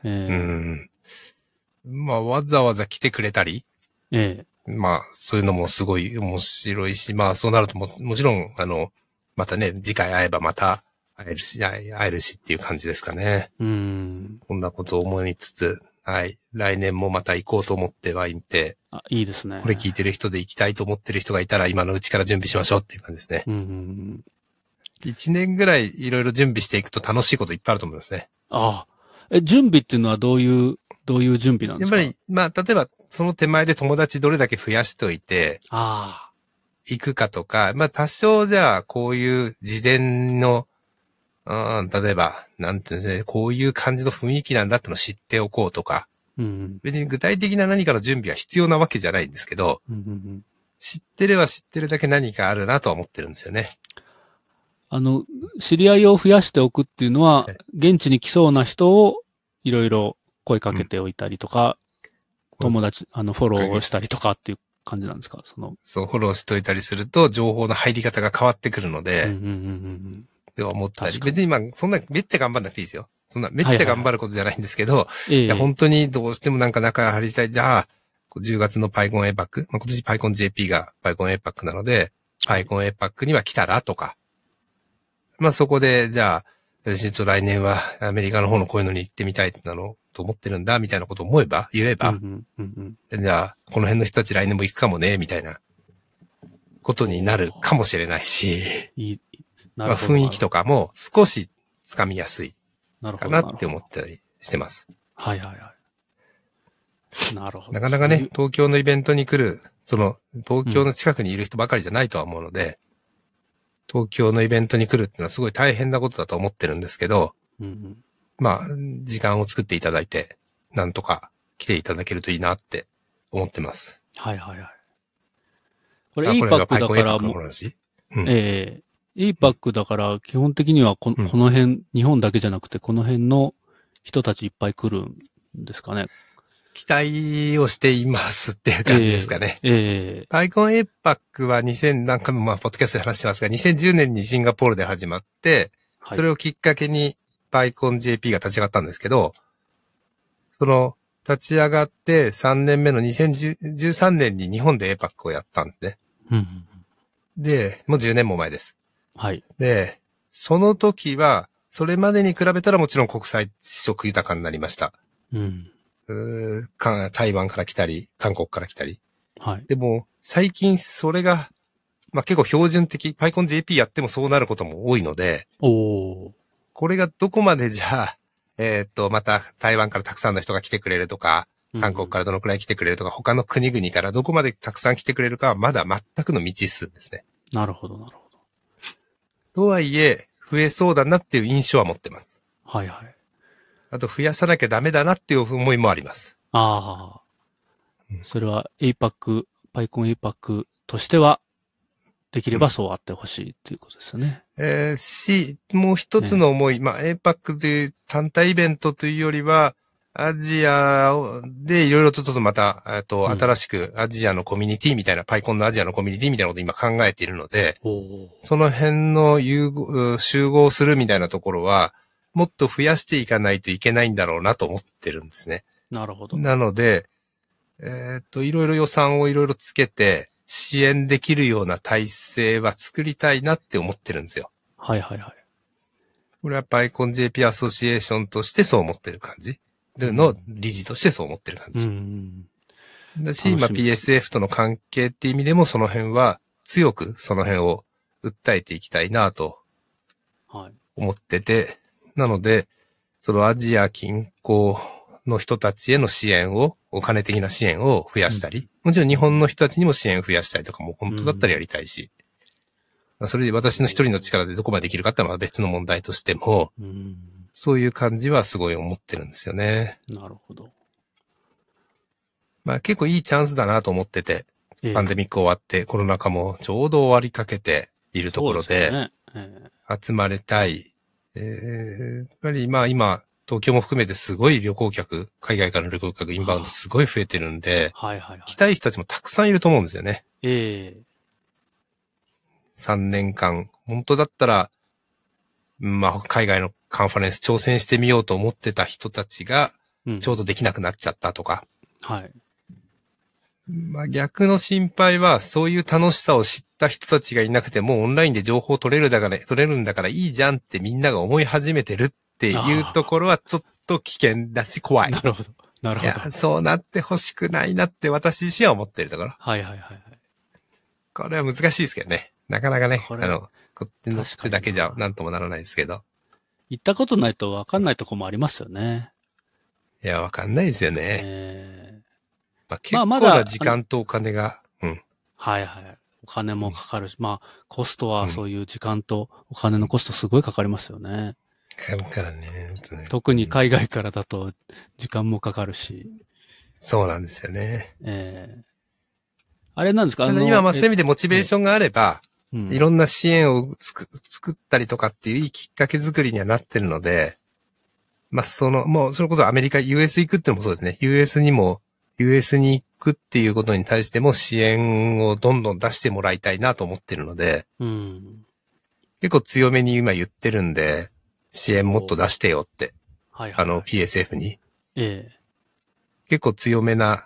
まあ、わざわざ来てくれたり。まあ、そういうのもすごい面白いし、まあ、そうなるともちろん、またね、次回会えばまた会えるしっていう感じですかね。こんなことを思いつつ、はい。来年もまた行こうと思ってはいて。 いいですね。 これ聞いてる人で行きたいと思ってる人がいたら今のうちから準備しましょうっていう感じですね。1年ぐらいいろいろ準備していくと楽しいこといっぱいあると思いますね。 準備っていうのはどういう準備なんですか？ やっぱり、まあ、例えば、その手前で友達どれだけ増やしておいて、行くかとか、まあ、多少じゃあ、こういう事前の、例えば、なんていうんですね、こういう感じの雰囲気なんだってのを知っておこうとか、別に具体的な何かの準備は必要なわけじゃないんですけど、知ってれば知ってるだけ何かあるなとは思ってるんですよね。 知り合いを増やしておくっていうのは、現地に来そうな人をいろいろ声かけておいたりとか、友達、フォローをしたりとかっていう感じなんですか？ そう、フォローしといたりすると、情報の入り方が変わってくるので、で思ったり。別にそんなめっちゃ頑張んなくていいですよ。そんなめっちゃ頑張ることじゃないんですけど、いや、本当にどうしてもなんか仲張りたい。じゃあ、10月のパイコン APAC、今年パイコン JP がパイコン APAC なので、パイコン APAC には来たらとか、まあそこで、じゃあ、私来年はアメリカの方のこういうのに行ってみたいなのと思ってるんだ、みたいなことを言えば、じゃあ、この辺の人たち来年も行くかもね、みたいなことになるかもしれないし、まあ、雰囲気とかも少しつかみやすいかなって思ったりしてます。 はいはいはい。なるほど。 なかなかね、東京のイベントに来る、東京の近くにいる人ばかりじゃないとは思うので、東京のイベントに来るっていうのはすごい大変なことだと思ってるんですけど、まあ、時間を作っていただいて、なんとか来ていただけるといいなって思ってます。 はいはいはい。これ APAC だからもう、APAC だから基本的にはこの辺、日本だけじゃなくてこの辺の人たちいっぱい来るんですかね。 期待をしていますっていう感じですかね。パイコン APAC は何回もまあ、ポッドキャストで話してますが、2010年にシンガポールで始まって、それをきっかけにパイコン JP が立ち上がったんですけど、立ち上がって3年目の2013年に日本で APAC をやったんですね。で、もう10年も前です。 はい。 で、その時は、それまでに比べたらもちろん国際色豊かになりました。台湾から来たり、韓国から来たり。 はい。 でも、最近それが、まあ、結構標準的、パイコン JP やってもそうなることも多いので、 これがどこまでじゃあ、また台湾からたくさんの人が来てくれるとか、韓国からどのくらい来てくれるとか、他の国々からどこまでたくさん来てくれるかはまだ全くの未知数ですね。 なるほど、なるほど。 とはいえ、増えそうだなっていう印象は持ってます。 はいはい。 あと増やさなきゃダメだなっていう思いもあります。 ああ。それは APAC、パイコン APAC としては、できればそうあってほしいっていうことですよね。 もう一つの思い、APAC という単体イベントというよりは、アジアでいろいろとちょっとまた、新しくアジアのコミュニティみたいな、パイコンのアジアのコミュニティみたいなことを今考えているので、その辺の集合するみたいなところは、もっと増やしていかないといけないんだろうなと思ってるんですね。 なるほど。 なので、いろいろ予算をいろいろつけて、支援できるような体制は作りたいなって思ってるんですよ。 はいはいはい。 これはパイコン JP アソシエーションとしてそう思ってる感じ。の理事としてそう思ってる感じ。だし、PSF との関係って意味でもその辺は強くその辺を訴えていきたいなと思ってて、なので、そのアジア近郊の人たちへの支援を、お金的な支援を増やしたり、もちろん日本の人たちにも支援を増やしたりとかも本当だったらやりたいし、それで私の一人の力でどこまでできるかってのは別の問題としても、そういう感じはすごい思ってるんですよね。 なるほど。 結構いいチャンスだなと思ってて、パンデミック終わってコロナ禍もちょうど終わりかけているところで、集まれたい。やっぱり今、東京も含めてすごい旅行客、海外からの旅行客、インバウンドすごい増えてるんで、来たい人たちもたくさんいると思うんですよね。3年間、本当だったら、海外のカンファレンス挑戦してみようと思ってた人たちが、ちょうどできなくなっちゃったとか。逆の心配は、そういう楽しさを知った人たちがいなくても、オンラインで情報取れるんだからいいじゃんってみんなが思い始めてるっていうところはちょっと危険だし怖い。 なるほど。なるほど。 いや、そうなってほしくないなって私自身は思ってるところ。これは難しいですけどね。なかなかね、こっちの手だけじゃなんともならないですけど。 行ったことないと分かんないとこもありますよね。 いや、分かんないですよね。結構な時間とお金が、 お金もかかるし、コストはそういう時間とお金のコストすごいかかりますよね。 かかるからね。 特に海外からだと時間もかかるし。 そうなんですよね。 あれなんですか？ 今そういう意味でモチベーションがあれば、いろんな支援を作ったりとかっていういいきっかけ作りにはなってるので、もうそれこそアメリカ、US 行くってのもそうですね。US に行くっていうことに対しても支援をどんどん出してもらいたいなと思ってるので、結構強めに今言ってるんで、支援もっと出してよって、PSF に。結構強めな、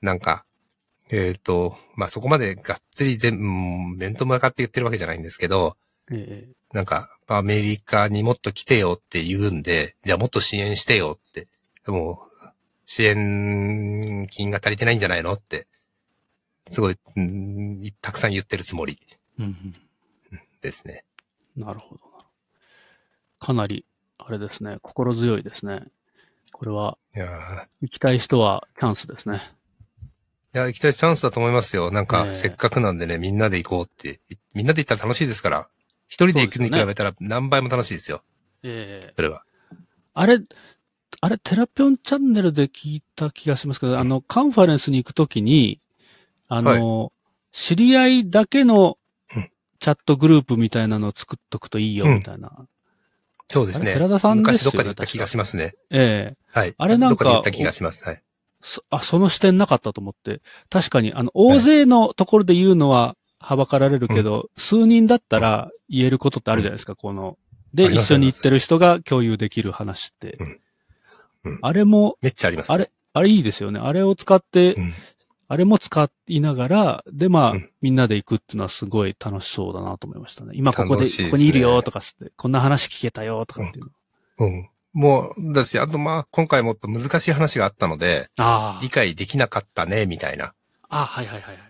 そこまでがっつり面と向かって言ってるわけじゃないんですけど、アメリカにもっと来てよって言うんで、じゃあもっと支援してよって、もう、支援金が足りてないんじゃないのって、すごい、たくさん言ってるつもりですね。 なるほど。かなり、あれですね、心強いですね。これは、行きたい人はチャンスですね。 いや、行きたいチャンスだと思いますよ。せっかくなんでね、みんなで行こうって。みんなで行ったら楽しいですから。一人で行くに比べたら何倍も楽しいですよ。それは。 あれ、テラピョンチャンネルで聞いた気がしますけど、カンファレンスに行くときに、知り合いだけのチャットグループみたいなのを作っとくといいよ、みたいな。 そうですね。 寺田さんですよね。 昔どっかで言った気がしますね。はい。 あれなんか、 どっかで言った気がします。はい。 その視点なかったと思って。確かに、大勢のところで言うのははばかられるけど、数人だったら言えることってあるじゃないですか、で、一緒に行ってる人が共有できる話って。あれも、 めっちゃあります。 あれいいですよね。あれを使って、あれも使いながら、で、みんなで行くっていうのはすごい楽しそうだなと思いましたね。今ここにいるよとかって、こんな話聞けたよとかっていうの。もう、だし、あと今回も難しい話があったので、理解できなかったね、みたいな。 はい。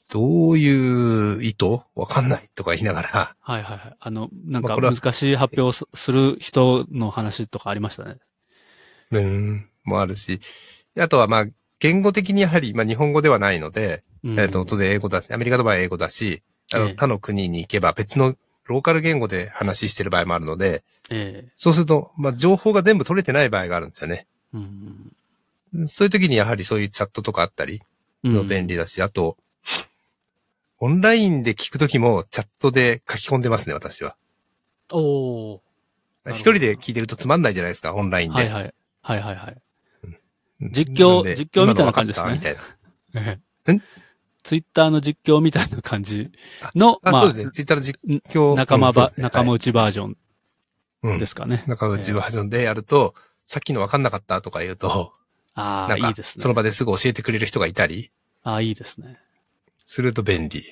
どういう意図わかんないとか言いながら、 はいはいはい。なんかまあこれは難しい発表をする人の話とかありましたね。 もあるし、あとはまあ、言語的にやはり、まあ日本語ではないので、 うん当然英語だし、アメリカの場合は英語だし、 ええ他の国に行けば別のローカル言語で話してる場合もあるので、 ええそうすると、まあ情報が全部取れてない場合があるんですよね。 うんそういう時にやはりそういうチャットとかあったりの便利だ。 だし、あと、オンラインで聞く時もチャットで書き込んでますね、私は。 おー。なるほど一人で聞いてるとつまんないじゃないですか、オンラインで。 はいはい。はいはいはい。 うん実況なんで実況みたいな感じですね今の分かったみたいな。 ツイッターの実況みたいな感じの、まあ、 そうですね。ツイッターの実況。そうですね仲間内バージョはいンですかね。 仲内バージョンでやると、さっきの分かんなかったとか言うと、 ああ、 なんかいいですね。 その場ですぐ教えてくれる人がいたりああ、いいですね。 すると便利。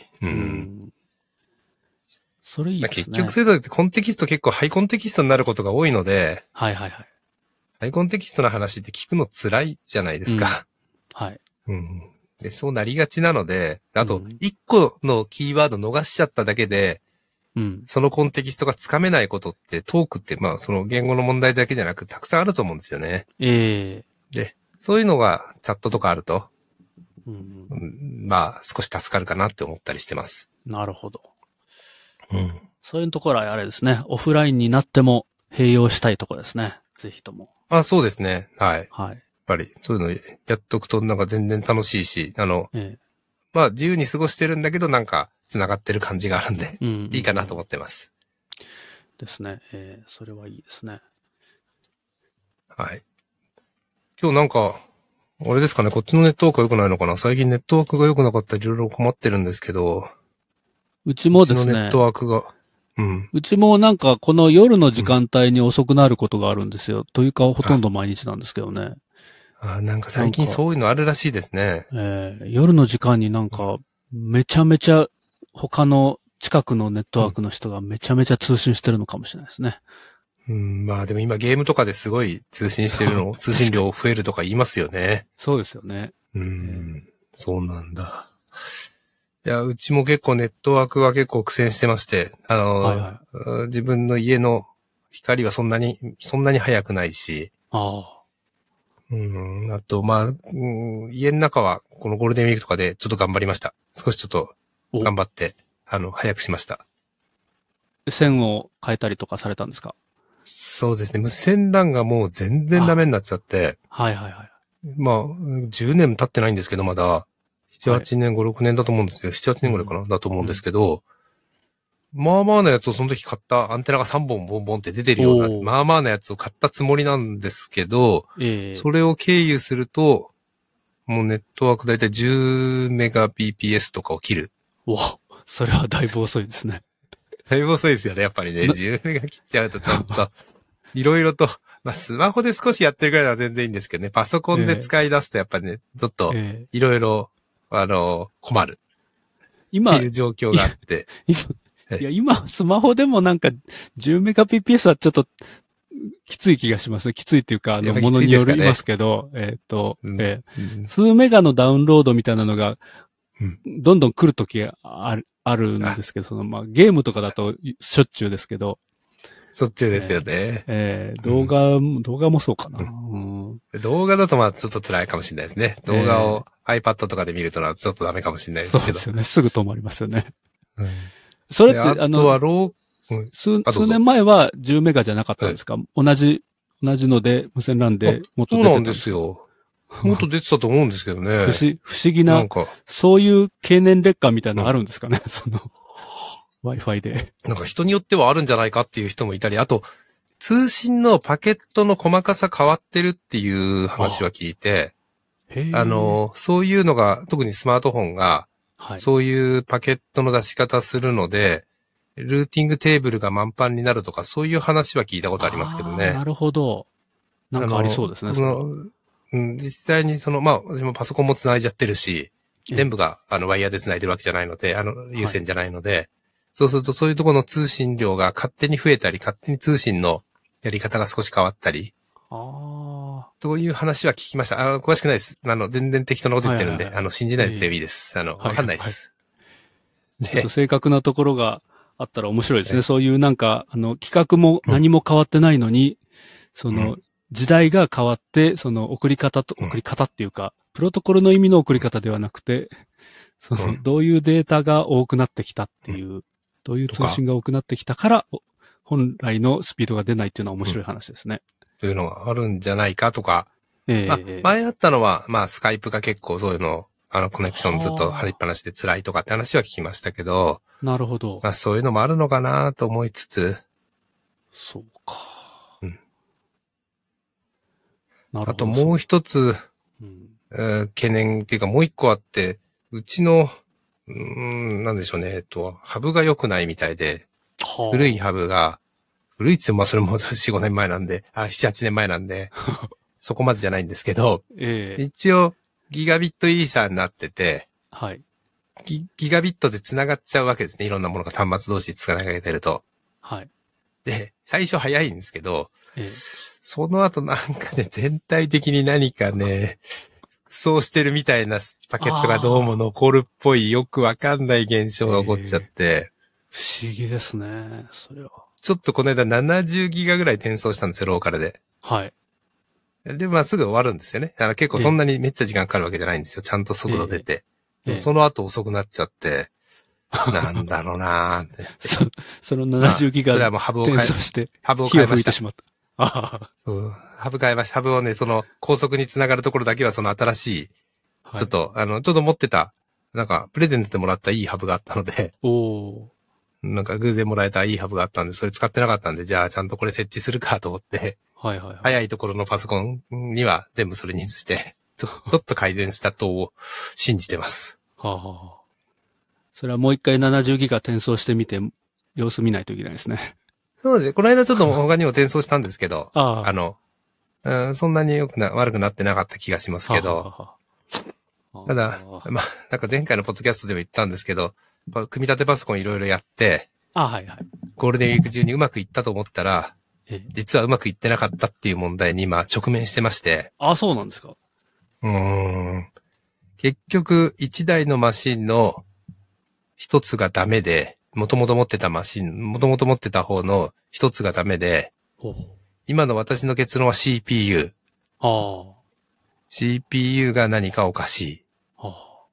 それいいまあですね。 結局そういうのってコンテキスト結構ハイコンテキストになることが多いので、 はいはいはい。 ハイコンテキストの話って聞くの辛いじゃないですか。 はい。 で、そうなりがちなので、あとうん、 一個のキーワード逃しちゃっただけで、 うん。 そのコンテキストがつかめないことってトークってまあその言語の問題だけじゃなくたくさんあると思うんですよね。 ええで、そういうのがチャットとかあると、 うんまあ少し助かるかなって思ったりしてます。 なるほど。 うん。 そういうところはあれですね。オフラインになっても併用したいところですね。ぜひとも。 そうですね。はい。やっはい。 ぱり、そういうのやっとくとなんか全然楽しいし、 えまあ自由に過ごしてるんだけどなんか繋がってる感じがあるんで、 えいいかなと思ってます。 ですね。それはいいですね。 はい。今日なんか、あれですかね、こっちのネットワークが良くないのかな。最近ネットワークが良くなかったらいろいろ困ってるんですけど、 うちもですねうちのネット。ワークが、 うちもなんかこの夜の時間帯に遅くなることがあるんですよ。というかほとんど毎日なんですけどね。 なんか最近そういうのあるらしいですね。 夜の時間になんかめちゃめちゃ他の近くのネットワークの人がめちゃめちゃ通信してるのかもしれないですね。 まあでも今ゲームとかですごい通信してるの、通信量増えるとか言いますよね。 そうですよね。 そうなんだ。いや、うちも結構ネットワークは結構苦戦してまして、自分の家の光はそんなに速くないし、 ああと、まあ、家の中はこのゴールデンウィークとかでちょっと頑張りました。少しちょっと頑張って、早くしました。 線を変えたりとかされたんですか？ そうですね。無線 LAN がもう全然ダメになっちゃって、 はいはいはい。 まあ、10年も経ってないんですけど、まだ、7、8年、5、6年だと思うんですけど、7、8年ぐらいかな、だと思うんですけど、まあまあなやつをその時買ったアンテナが3本ボンボンって出てるような、まあまあなやつを買ったつもりなんですけど、それを経由すると、もうネットワークだいたい10メガ bps とかを切る。 わ、それはだいぶ遅いですね。 だいぶ遅いですよね、やっぱりね。10メガ切っちゃうとちょっと、いろいろと、まあスマホで少しやってるぐらいは全然いいんですけどね、パソコンで使い出すとやっぱりね、ちょっと、いろいろ、困る。 今、 っていう状況があって。 いや、今、スマホでもなんか、10メガ bps はちょっと、きつい気がしますね。きついっていうか、ものによりますけど、数メガのダウンロードみたいなのが、どんどん来るときあるんですけど、まあ、ゲームとかだとしょっちゅうですけど。 しょっちゅうですよね。 動画もそうかな。 動画だとまあちょっと辛いかもしれないですね。動画を iPad とかで見るとなちょっとダメかもしれないですけど。 そうですよね。すぐ止まりますよね。それって、 あとは数年前は10メガじゃなかったんですか？同じので、無線 LAN でもっと出てた。 そうなんですよ。もっと出てたと思うんですけどね。 不思議な、そういう経年劣化みたいなのあるんですかね、Wi-Fi で。 なんか人によってはあるんじゃないかっていう人もいたり、あと、通信のパケットの細かさ変わってるっていう話は聞いて、そういうのが、特にスマートフォンが、そういうパケットの出し方するので、ルーティングテーブルが満帆になるとか、そういう話は聞いたことありますけどね。 なるほど。なんかありそうですね。 実際にまあ、私もパソコンも繋いじゃってるし、全部が、ワイヤーで繋いでるわけじゃないので、有線じゃないので、そうするとそういうところの通信量が勝手に増えたり、勝手に通信のやり方が少し変わったり、という話は聞きました。詳しくないです。全然適当なこと言ってるんで、信じないでいいです。わかんないです。 ちょっとで、 正確なところがあったら面白いですね。 ねそういうなんか、企画も何も変わってないのに、そのうん、 時代が変わって、その送り方っていうか、プロトコルの意味の送り方ではなくて、その、 うん、 どういうデータが多くなってきたってうんいう、どういうとか、 通信が多くなってきたから、本来のスピードが出ないっていうのは面白い話ですね。 というのがあるんじゃないかとか、まあ、 ええ、 前あったのは、まあ、スカイプが結構そういうの、コネクションずっと張りっはあ、 ぱなしで辛いとかって話は聞きましたけど、 なるほど。 まあ、そういうのもあるのかなと思いつつ、 そうか。 うん、 なるほど、 あともう一つ、 う。うん。 懸念っていうかもう一個あって、うちの、なんでしょうね、ハブが良くないみたいで、古いはハブが、古いって言ってもまあそれも4、5年前なんで、7、8年前なんで、 あ。 そこまでじゃないんですけど、 ええ、 一応、ギガビットイーサーになってて、 はい。 ギガビットで繋がっちゃうわけですね。いろんなものが端末同士繋がれてると。 はい。 で、最初早いんですけど、 ええ。 その後なんかね、全体的に何かね、そうしてるみたいなパケットがどうもああ、 残るっぽいよくわかんない現象が起こっちゃっええ、 て、 不思議ですね、それは。 ちょっとこの間70ギガぐらい転送したんですよ、ローカルで。 はい。 で、まあすぐ終わるんですよね。結構ええ、 そんなにめっちゃ時間かかるわけじゃないんですよ。ちゃんと速度出て。でええ。 もその後遅くなっちゃって、なんだろうなーって。 そのま 70 あ、 ギガそれはもう転送して、 ハブを火を変えました。 吹いてしまった。ああ、 そう、ハブ変えました。ハブをね、その高速につながるところだけはその新しい、 はい。 ちょっと、ちょっと持ってた、なんか、プレゼントでもらったいいハブがあったので、 おー。 なんか偶然もらえたいいハブがあったんで、それ使ってなかったんで、じゃあちゃんとこれ設置するかと思って、 はいはいはい。 早いところのパソコンには全部それにして、ちょっと改善したとを信じてます。 はあ、はあはあ。それはもう一回70ギガ転送してみて、様子見ないといけないですね。 なので、この間ちょっと他にも転送したんですけど、 ああ。 そんなに悪くなってなかった気がしますはあ、はあけど、 はあはただ、 あ、 まあ、なんか前回のポッドキャストでも言ったんですけど、組み立てパソコンいろいろやって、 あ、はいはい。 ゴールデンウィーク中にうまくいったと思ったら、 ええ。 実はうまくいってなかったっていう問題に今直面してまして、 あ、そうなんですか。 うーん。結局、一台のマシンの一つがダメで、もともと持ってた方の一つがダメで、 ほう。 今の私の結論は CPU。 ああ。 CPU が何かおかしい。 はあ。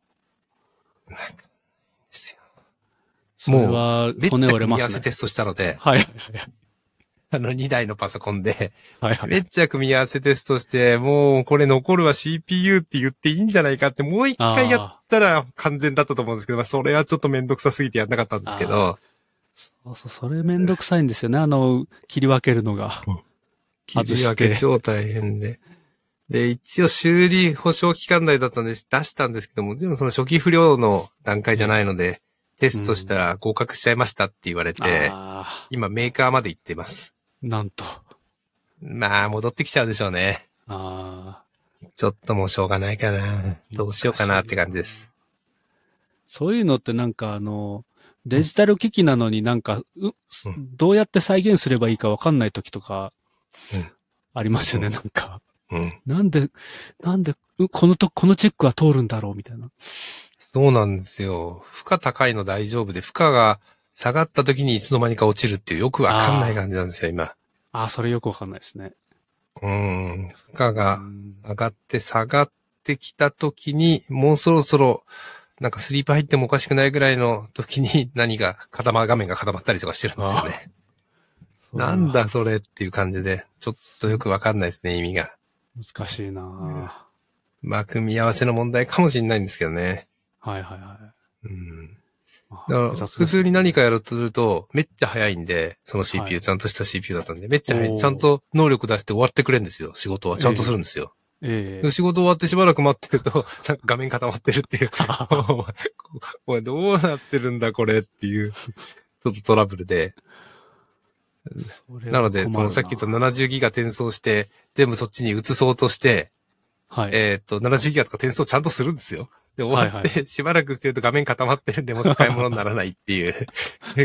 ですよ。 それもはう、めっ骨ちゃ折れますね。 組み合わせテストしたので、 はいはい 2台のパソコンで、 はい。はいはい。 めっちゃ組み合わせテストして、もうこれ残るは CPU って言っていいんじゃないかって、もう一回やったら完全だったと思うんですけど、まあそれはちょっとめんどくさすぎてやんなかったんですけああ。 ど、 そうそう、それめんどくさいんですよね。切り分けるのが。 切り分け超大変で。で、一応修理保証期間内だったんで出したんですけども、でもその初期不良の段階じゃないので、テストしたら合格しちゃいましたって言われて、 ああ。 今メーカーまで行ってます。 なんと。 まあ、戻ってきちゃうでしょうね。 ああ。 ちょっともうしょうがないかな。どうしようかなって感じで難しいな。 す。 そういうのってなんかデジタル機器なのになんか、 うん、 どうやって再現すればいいかわかんない時とか、 うん、 ありますよね、 うんなんか。 うん。 なんで、このチェックは通るんだろうみたいな。 そうなんですよ。負荷高いの大丈夫で、負荷が下がった時にいつの間にか落ちるっていうよくわかんない感じなんですよ、今。 ああ、それよくわかんないですね。 負荷が上がって下がってきた時に、もうそろそろ、なんかスリープ入ってもおかしくないぐらいの時に何が画面が固まったりとかしてるんですよね。なんだそれっていう感じで、ちょっとよくわかんないですね、意味が。 難しいなまあ、組み合わせの問題かもしれないんですけどね。 はいはいはい。 だから、普通に何かやるとすると、めっちゃ早いんで、その CPU、 はいちゃんとした CPU だったんで、めっちゃ早い。 おーちゃんと能力出して終わってくれるんですよ。仕事は。ちゃんとするんですよ。 ええ仕事終わってしばらく待ってると、なんか画面固まってるっていう。お前どうなってるんだこれっていう、ちょっとトラブルで。なので、そのさっき言った70ギガ転送して、全部そっちに移そうとして、 はい。 70ギガとか転送ちゃんとするんですよ。で、終わって、しばらくしてると画面固まってるんで、もう使い物にならないっていう、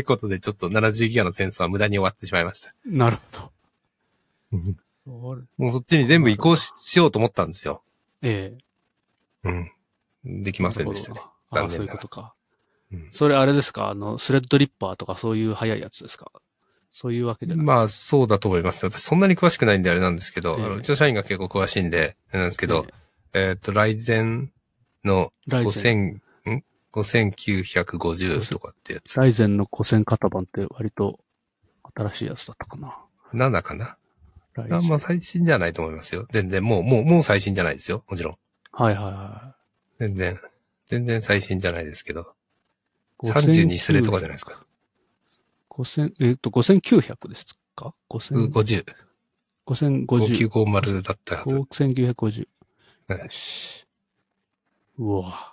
ことで、ちょっと70ギガの転送は無駄に終わってしまいました。 なるほど。もうそっちに全部移行しようと思ったんですよ。 ええ。 できませんでしたね。 残念な。そういうことか。 うんそれあれですかスレッドリッパーとかそういう速いやつですか？そういうわけじゃない。 まあ、そうだと思います。私そんなに詳しくないんであれなんですけど、 ええうちの社員が結構詳しいんで、なんですけど、ライゼンのライゼン。 5950とかってやつ。 ライゼンの5000型番って割と新しいやつだったかな。 7かな。 ライゼン。 まあ最新じゃないと思いますよ。全然、もう最新じゃないですよ。もちろん。 はいはいは全然最新じゃないですけど。 い。 32スレとかじゃないですか。 5900ですか？ 50。 5050。 5950だったはず。 5950。 はいよし。うわ。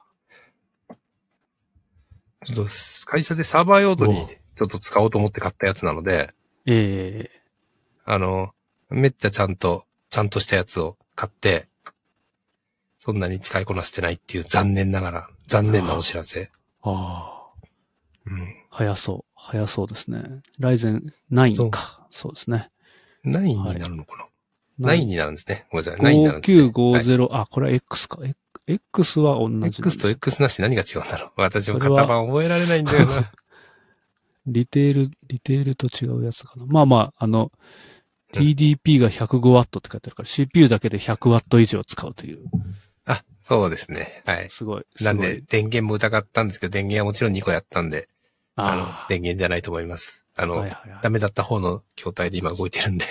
ちょっと会社でサーバー用途にちょっと使おうと思って買ったやつなので、 ええめっちゃちゃんとしたやつを買って、そんなに使いこなせてないっていう残念なお知らせ。 ああ。 うん。 早そうですね。ライゼン9か。そうですね。 9になるのかな、?9 になるんですね。ごめんなさい。9になるんですね。 5950、あ、これは X か。X は同じなんです。 X と X なし何が違うんだろう。私も型番覚えられないんだよな。 リテールと違うやつかな。まあまあ、TDP が 105W って書いてあるから、CPU だけで 100W 以上使うという。 あ、そうですね。はい。 すごい。 なんで、電源も疑ったんですけど、電源はもちろん2個やったんで、電源じゃないと思います。ダメだった方の筐体で今動いてるんで。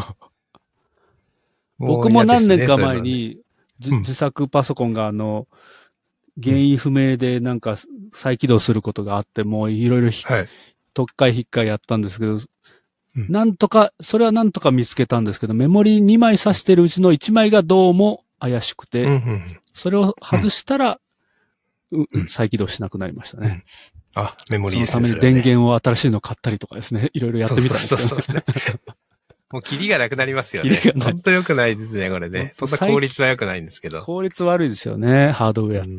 僕も何年か前に、自作パソコンが原因不明でなんか再起動することがあって、もういろいろ特会引っかいやったんですけど、それはなんとか見つけたんですけど、メモリ2枚挿してるうちの1枚がどうも怪しくて、それを外したら、再起動しなくなりましたね。 メモリーですね。 そのために電源を新しいの買ったりとかですね、いろいろやってみたんですけどね。 もうキリがなくなりますよね。本当良くないですね、これね。そんな効率は良くないんですけど。 効率悪いですよね、ハードウェアって。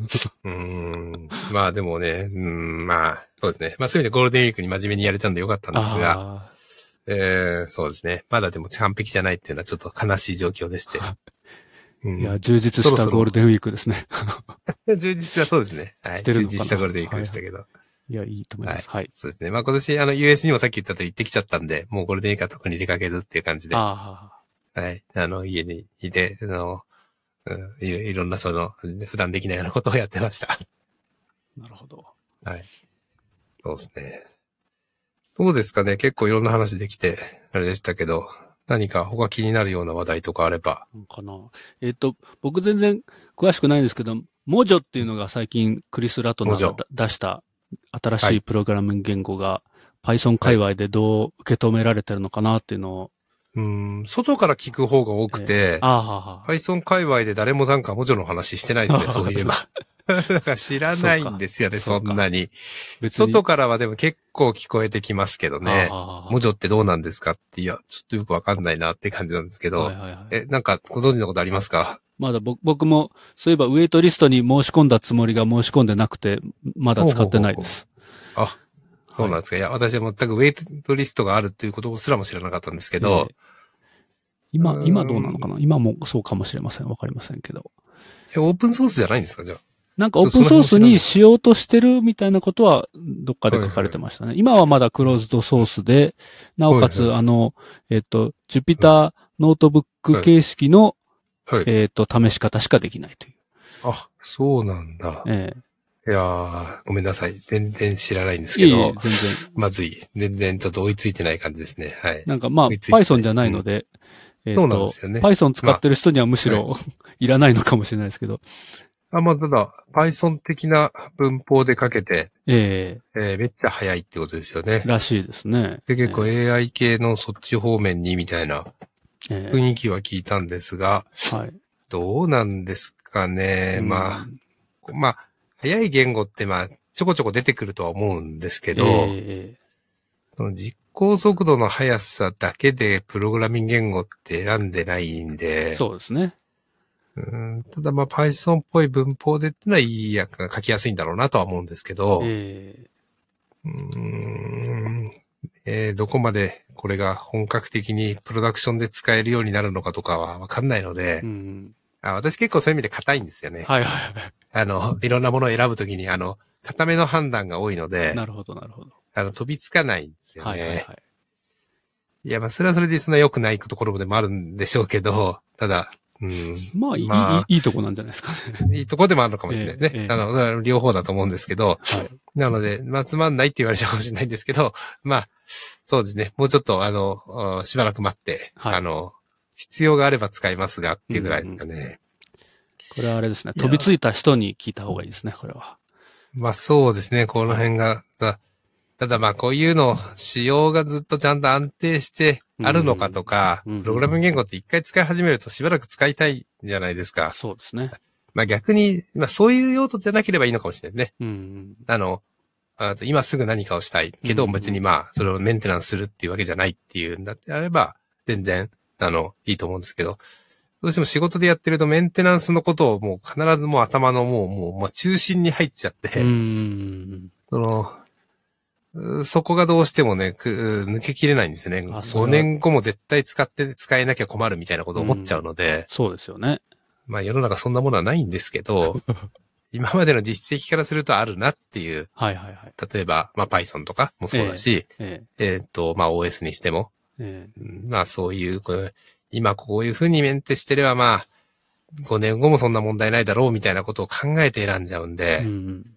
まあでもね、まあ、そうですね。まあそういう意味でゴールデンウィークに真面目にやれたんでよかったんですが、そうですね。まだでも完璧じゃないっていうのはちょっと悲しい状況でして。 いや、充実したゴールデンウィークですね。 充実はそうですね。はい。充実したゴールデンウィークでしたけど。 いや、いいと思います。はい。 そうですね。まあ今年US にもさっき言った通り行ってきちゃったんで、もうゴールデンウィークは特に出かけるっていう感じで。はい。家にいて、いろんな普段できないようなことをやってました。 なるほど。 はい。そうですね。どうですかね。結構いろんな話できて、あれでしたけど、何か他気になるような話題とかあれば。 かな。僕全然詳しくないんですけど、モジョっていうのが最近クリス・ラトナーが出した新しいプログラミング言語が Python 界隈でどう受け止められてるのかなっていうのを。 外から聞く方が多くて、Python 界隈で誰もなんかモジョの話してないですね、そういえば。だから知らないんですよね、そんなに。外からはでも結構聞こえてきますけどね。モジョってどうなんですかって、いや、ちょっとよくわかんないなって感じなんですけど。なんかご存知のことありますか？ まだ僕も、そういえばウェイトリストに申し込んだつもりが申し込んでなくて、まだ使ってないです。 そうなんですか。いや、私は全くウェイトリストがあるっていうことすらも知らなかったんですけど。 今どうなのかな？今もそうかもしれません。わかりませんけど。 オープンソースじゃないんですか？じゃあ。 なんかオープンソースにしようとしてるみたいなことはどっかで書かれてましたね。今はまだクローズドソースで、なおかつJupyter ノートブック形式の、試し方しかできないという。 そうなんだ。いやー、ごめんなさい。全然知らないんですけど。全然。まずい。全然ちょっと追いついてない感じですね。はい。 なんかまあ、Python じゃないので、 そうなんですよね。 Python 使ってる人にはむしろ、いらないのかもしれないですけど。 ただ、Python 的な文法で書けて、めっちゃ早いってことですよね。 らしいですね。 で、結構 AI 系のそっち方面にみたいな雰囲気は聞いたんですが、どうなんですかね。まあ、早い言語ってちょこちょこ出てくるとは思うんですけど、その実行速度の速さだけでプログラミング言語って選んでないんで、 そうですね。 ただPython っぽい文法でってのは書きやすいんだろうなとは思うんですけど、どこまでこれが本格的にプロダクションで使えるようになるのかとかはわかんないので、私結構そういう意味で硬いんですよね。いろんなものを選ぶときに固めの判断が多いので、 なるほど、なるほど。 飛びつかないんですよね。 はいはいはい。 いや、まあ、それはそれでそんな良くないところでもあるんでしょうけど、ただ、 まあ、いいとこなんじゃないですかね。 いいとこでもあるのかもしれないですね。両方だと思うんですけど、 はい。 なので、まあ、つまんないって言われちゃうかもしれないんですけど、まあ、そうですね。もうちょっと、しばらく待って、 はい必要があれば使いますが、っていうぐらいですかね。 これはあれですね。飛びついた人に聞いた方がいいですね、これは。 まあ、そうですね。この辺が、ただまあこういうの、仕様がずっとちゃんと安定してあるのかとか、プログラム言語って一回使い始めるとしばらく使いたいじゃないですか。 そうですね。 まあ逆に、まあそういう用途じゃなければいいのかもしれないね。今すぐ何かをしたいけど、別にまあそれをメンテナンスするっていうわけじゃないっていうんだってあれば、全然、いいと思うんですけど、どうしても仕事でやってるとメンテナンスのことをもう必ずもう頭のもう中心に入っちゃって、そこがどうしてもね、抜けきれないんですよね。5年後も絶対使えなきゃ困るみたいなことを思っちゃうので。 そうですよね。 まあ世の中そんなものはないんですけど、今までの実績からするとあるなっていう。 はいはいはい。 例えば、まあ Python とかもそうだし、まあ OS にしても。まあそういう、今こういう風にメンテしてればまあ、5年後もそんな問題ないだろうみたいなことを考えて選んじゃうんで、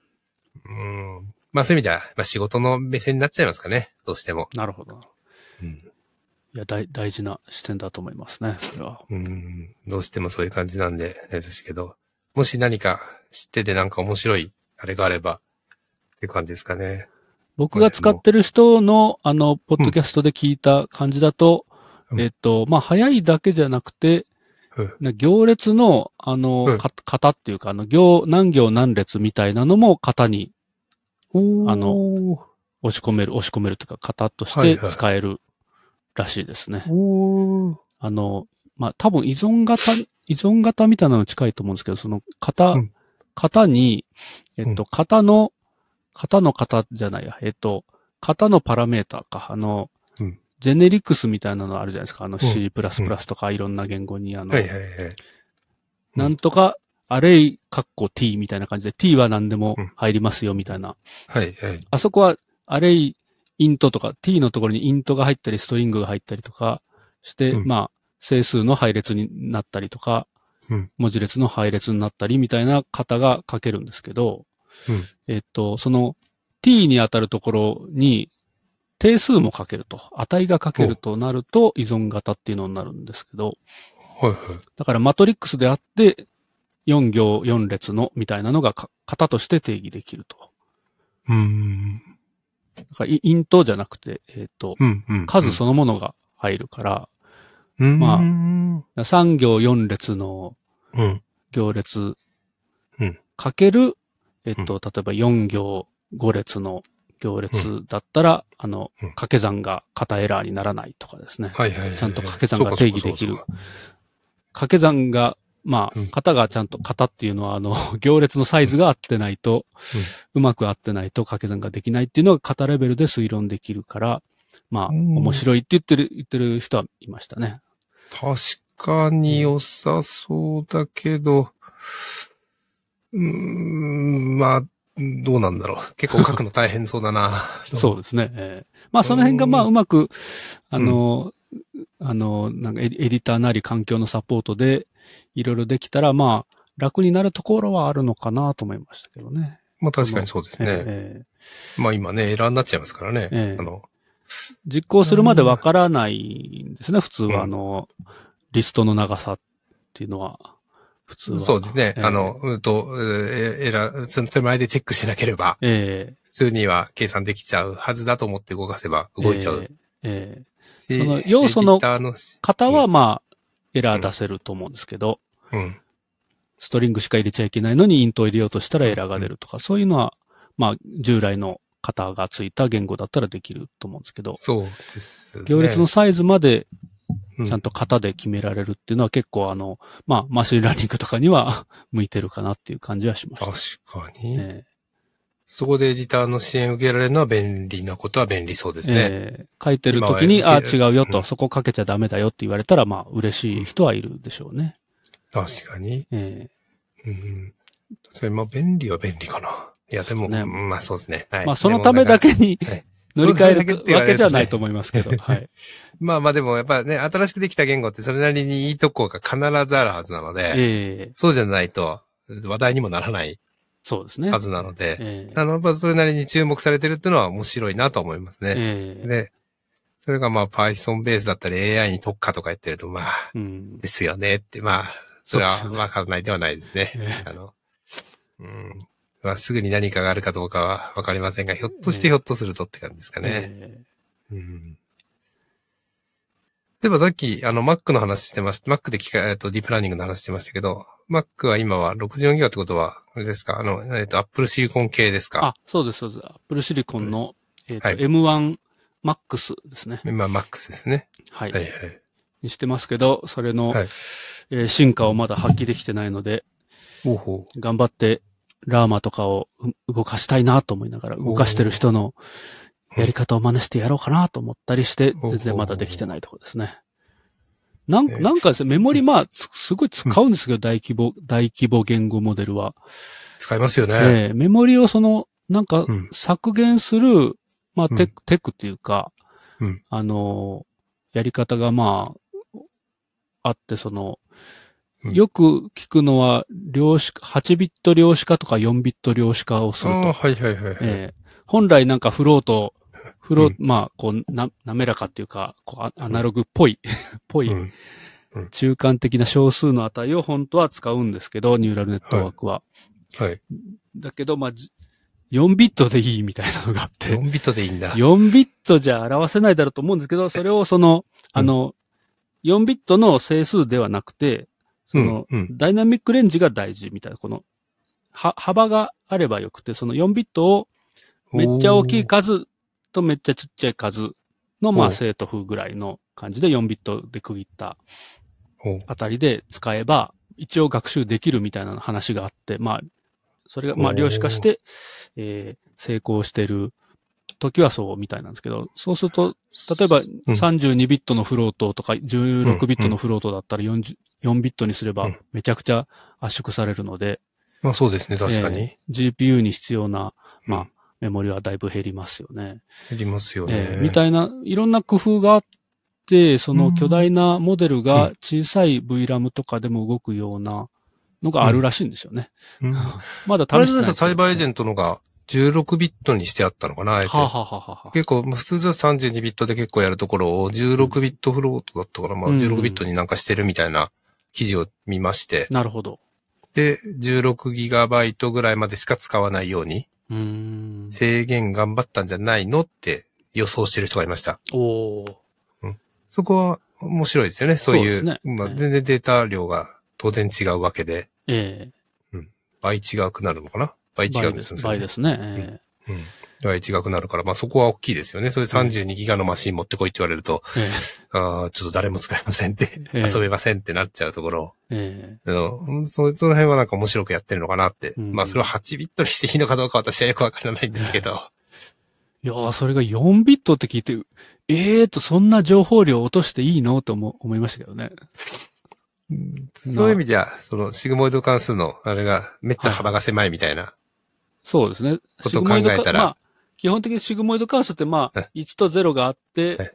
まあそういう意味では、まあ仕事の目線になっちゃいますかね。どうしても。 なるほど。いや、大事な視点だと思いますね。それは。 どうしてもそういう感じなんで、ですけど、もし何か知っててなんか面白い、あれがあれば、っていう感じですかね。 僕が使ってる人の、ポッドキャストで聞いた感じだと、まあ早いだけじゃなくて、行列の、型っていうか、何行何列みたいなのも型に、押し込めるというか、型として使えるらしいですね。まあ、多分依存型みたいなの近いと思うんですけど、その型に、型のじゃないや、型のパラメータか、ジェネリクスみたいなのあるじゃないですか。C++ とかいろんな言語になんとか、アレイ、カッコ t みたいな感じで、t は何でも入りますよ、みたいな。あそこは、アレイ、イントとか、t のところにイントが入ったり、ストリングが入ったりとかして、まあ、整数の配列になったりとか、文字列の配列になったりみたいな型が書けるんですけど、その t に当たるところに定数も書けると、値が書けるとなると依存型っていうのになるんですけど、だからマトリックスであって4行4列のみたいなのが型として定義できると。だからイントじゃなくて、数そのものが入るから、まあ、3行4列の行列かける、例えば4行5列の行列だったら、掛け算が型エラーにならないとかですね。ちゃんと掛け算が定義できる。掛け算が、まあ、型がちゃんと、型っていうのは、行列のサイズが合ってないと、うまく合ってないと掛け算ができないっていうのが型レベルで推論できるから、まあ、面白いって言ってる人はいましたね。 確かに良さそうだけど、まあ、どうなんだろう。結構書くの大変そうだな。 そうですね。まあ、その辺がまあ、うまく、なんかエディターなり環境のサポートで、いろいろできたら、まあ、楽になるところはあるのかなと思いましたけどね。 まあ、確かにそうですね。まあ、今ね、エラーになっちゃいますからね。 実行するまでわからないんですね、普通は。リストの長さっていうのは。普通は。 そうですね。エラー、その手前でチェックしなければ、普通には計算できちゃうはずだと思って動かせば動いちゃう。 その要素の型はまあ、エラー出せると思うんですけど、ストリングしか入れちゃいけないのにイントを入れようとしたらエラーが出るとか、そういうのは、まあ、従来の型がついた言語だったらできると思うんですけど、 そうですね。 行列のサイズまで、ちゃんと型で決められるっていうのは結構まあ、マシンラーニングとかには向いてるかなっていう感じはしました。確かに。そこでエディターの支援を受けられるのは便利なことは便利そうですね。 書いてる時に、違うよと、そこかけちゃダメだよって言われたら、まあ、嬉しい人はいるでしょうね。 確かに。それ、まあ、便利は便利かな。 いや、でも、 ねまあそうですね。はい。 まあそのためだけにはい乗り換えそのためだけって言るわれるとねわけじゃないと思いますけど、はい。 まあまあでもやっぱね、新しくできた言語ってそれなりにいいとこが必ずあるはずなので、 ええそうじゃないと話題にもならないそうですね。 はずなので、 ええやっぱそれなりに注目されてるっていうのは面白いなと思いますね。 ええで、それがまあ Python ベースだったり AI に特化とか言ってると、まあ、 うん。 ですよねって、まあ、それはそうですよねわからないではないですね。 ええまあ、すぐに何かがあるかどうかはわかりませんが、ひょっとしてひょっとするとって感じですかね。 え例えばさっき、Mac の話してました。Mac でディープラーニングの話してましたけど、Mac は今は64ギガってことは、あれですかApple シリコン系ですか？ そうです、そうです。Apple Silicon の、 はい M1 Max ですね。 今、Max ですね。 はい。 はいはい。 にしてますけど、それの、 はい。 進化をまだ発揮できてないので、 ほうほ頑張ってラーマとかを動かしたいなと思いながら、動かしてる人のやり方を真似してやろうかなと思ったりして、 う。 全然まだできてないところですね。 えーなんかですね、メモリすごい使うんですけど、大規模言語モデルは。 使いますよね。 メモリをうん削減する、 うんテクっていうか、 うんやり方があって、 うんよく聞くのは、8ビット量子化とか4ビット量子化をすると。 はいはいはいはい。 本来なんかフロート、 うん滑らかっていうか、アナログっぽい、 うん中間的な小数の値を本当は使うんですけど、ニューラルネットワークは。 はい。 だけど、4ビットでいいみたいなのがあって、 4ビットでいいんだ。 4ビットじゃ表せないだろうと思うんですけど、それを4ビットの整数ではなくて、ダイナミックレンジが大事みたいな、幅があればよくて、その4ビットをめっちゃ大きい数とめっちゃちっちゃい数の、正と負ぐらいの感じで4ビットで区切ったあたりで使えば、一応学習できるみたいな話があって、それが、量子化して、成功してる時はそうみたいなんですけど、そうすると、例えば32ビットのフロートとか16ビットのフロートだったら4ビットにすればめちゃくちゃ圧縮されるので、 まあそうですね、確かに。 GPU に必要な、メモリはだいぶ減りますよね。 減りますよね。 みたいな、いろんな工夫があって、その巨大なモデルが小さい VRAM とかでも動くようなのがあるらしいんですよね。まだ試してないですけど。 サイバーエージェントのが16ビットにしてあったのかな、あえて。結構、普通じゃ32ビットで結構やるところを16ビットフロートだったから、16ビットになんかしてるみたいな記事を見まして。 なるほど。 で、16ギガバイトぐらいまでしか使わないように、制限頑張ったんじゃないのって予想してる人がいました。そこは面白いですよね。そういう、全然データ量が当然違うわけで。倍違くなるのかな？倍違うんですよね。 倍ですね。 倍違くなるから、そこは大きいですよね。それ32ギガのマシン持ってこいって言われると、ちょっと誰も使えませんって、遊べませんってなっちゃうところ。その辺はなんか面白くやってるのかなって。それは8ビットにしていいのかどうか私はよくわからないんですけど。 いやー、それが4ビットって聞いて、そんな情報量落としていいのと思いましたけどね。 そういう意味では、シグモイド関数の、あれがめっちゃ幅が狭いみたいな。 そうですね。 ことを考えたら。 基本的にシグモイド関数って1と0があって、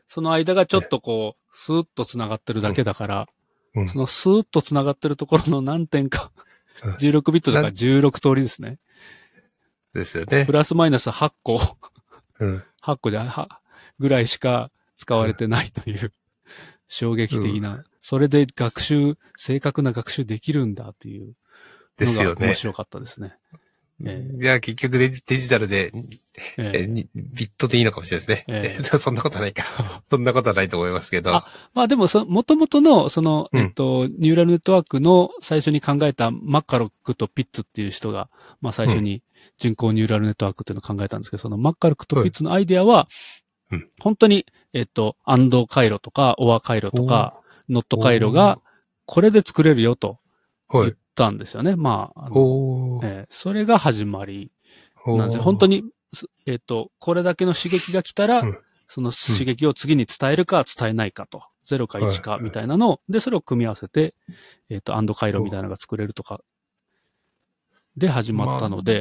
その間がちょっとスーッと繋がってるだけだから、そのスーッと繋がってるところの何点か、16ビットだから16通りですね。 ですよね。 プラスマイナス8個、8個ぐらいしか使われてないという、衝撃的な、それで正確な学習できるんだというのが面白かったですね。 いや、結局デジタルで、ビットでいいのかもしれないですね。そんなことはないか。そんなことはないと思いますけど。 でももともとの、ニューラルネットワークの最初に考えたマッカロックとピッツっていう人が、最初に人工ニューラルネットワークっていうのを考えたんですけど、そのマッカロックとピッツのアイデアは、本当に、アンド回路とか、オア回路とか、ノット回路が、これで作れるよと言ったんですよね。それが始まりなんですよ。本当に、これだけの刺激が来たら、その刺激を次に伝えるか伝えないかと、0か1かみたいなのを、で、それを組み合わせて、アンド回路みたいなのが作れるとか、で始まったので、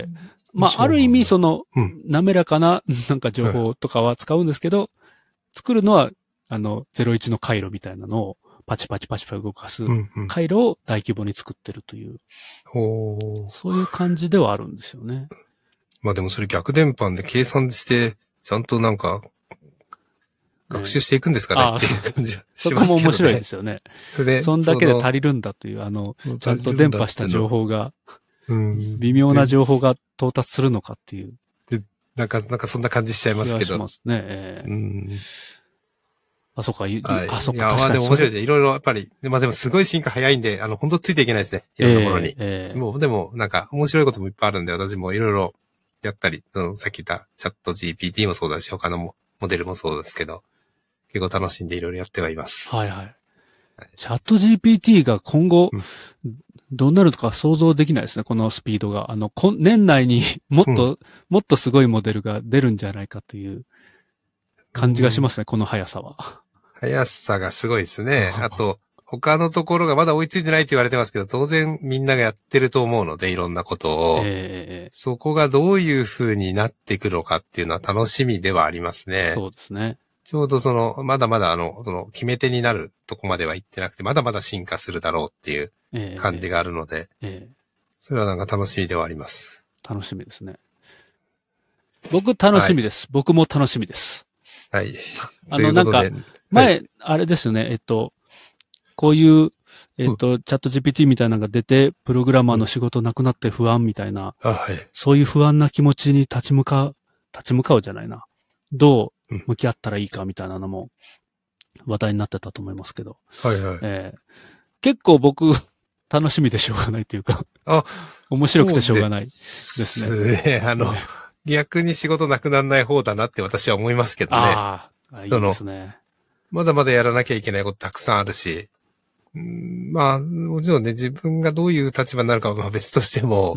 まあ、ある意味、その、 うん滑らかな、なんか情報とかは使うんですけど、作るのは、01の回路みたいなのを、パチパチパチパチ動かすうんうん。 回路を大規模に作ってるという、 ほう。 そういう感じではあるんですよね。 まあでもそれ逆伝播で計算して、ちゃんとなんか、学習していくんですかねああっていう感じはそしますけどね。 こも面白いですよね。 でそんだけで足りるんだという、ちゃんと伝播した情報が、微妙な情報が到達するのかっていう。 なんかそんな感じしちゃいますけど。 気がしますね。あ、そうか、 はい。 あ、そうか、 いや、まあ確かにでも面白いですね。いろいろやっぱり、まあでもすごい進化早いんで、本当ついていけないですね。いろんなものに。もう、でもなんか面白いこともいっぱいあるんで、私もいろいろやったり、さっき言ったチャット GPT もそうだし、他のモデルもそうですけど、結構楽しんでいろいろやってはいます。 はいはい。チャット GPT が今後、どうなるとか想像できないですね、このスピードが。年内にもっとすごいモデルが出るんじゃないかという感じがしますね、この速さは。 速さがすごいですね。あと、他のところがまだ追いついてないって言われてますけど、当然みんながやってると思うので、いろんなことを。そこがどういう風になっていくのかっていうのは楽しみではありますね。 そうですね。 ちょうどまだまだ決め手になるとこまでは行ってなくて、まだまだ進化するだろうっていう感じがあるので、それはなんか楽しみではあります。 楽しみですね。僕楽しみです。はい、僕も楽しみです。 はい。 なんか、前、あれですよね、こういう、チャット GPT みたいなのが出て、プログラマーの仕事なくなって不安みたいな、そういう不安な気持ちに立ち向かうじゃないな。どう向き合ったらいいかみたいなのも話題になってたと思いますけど。結構僕、楽しみでしょうがないというか、面白くてしょうがないですね。 逆に仕事なくならない方だなって私は思いますけどね。 いいですね。 まだまだやらなきゃいけないことたくさんあるし、まあ、もちろんね、自分がどういう立場になるかは別としても、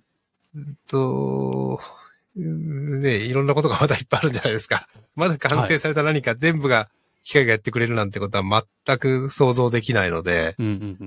ね、いろんなことがまだいっぱいあるんじゃないですか。まだ完成された何か全部が機械がやってくれるなんてことは全く想像できないので、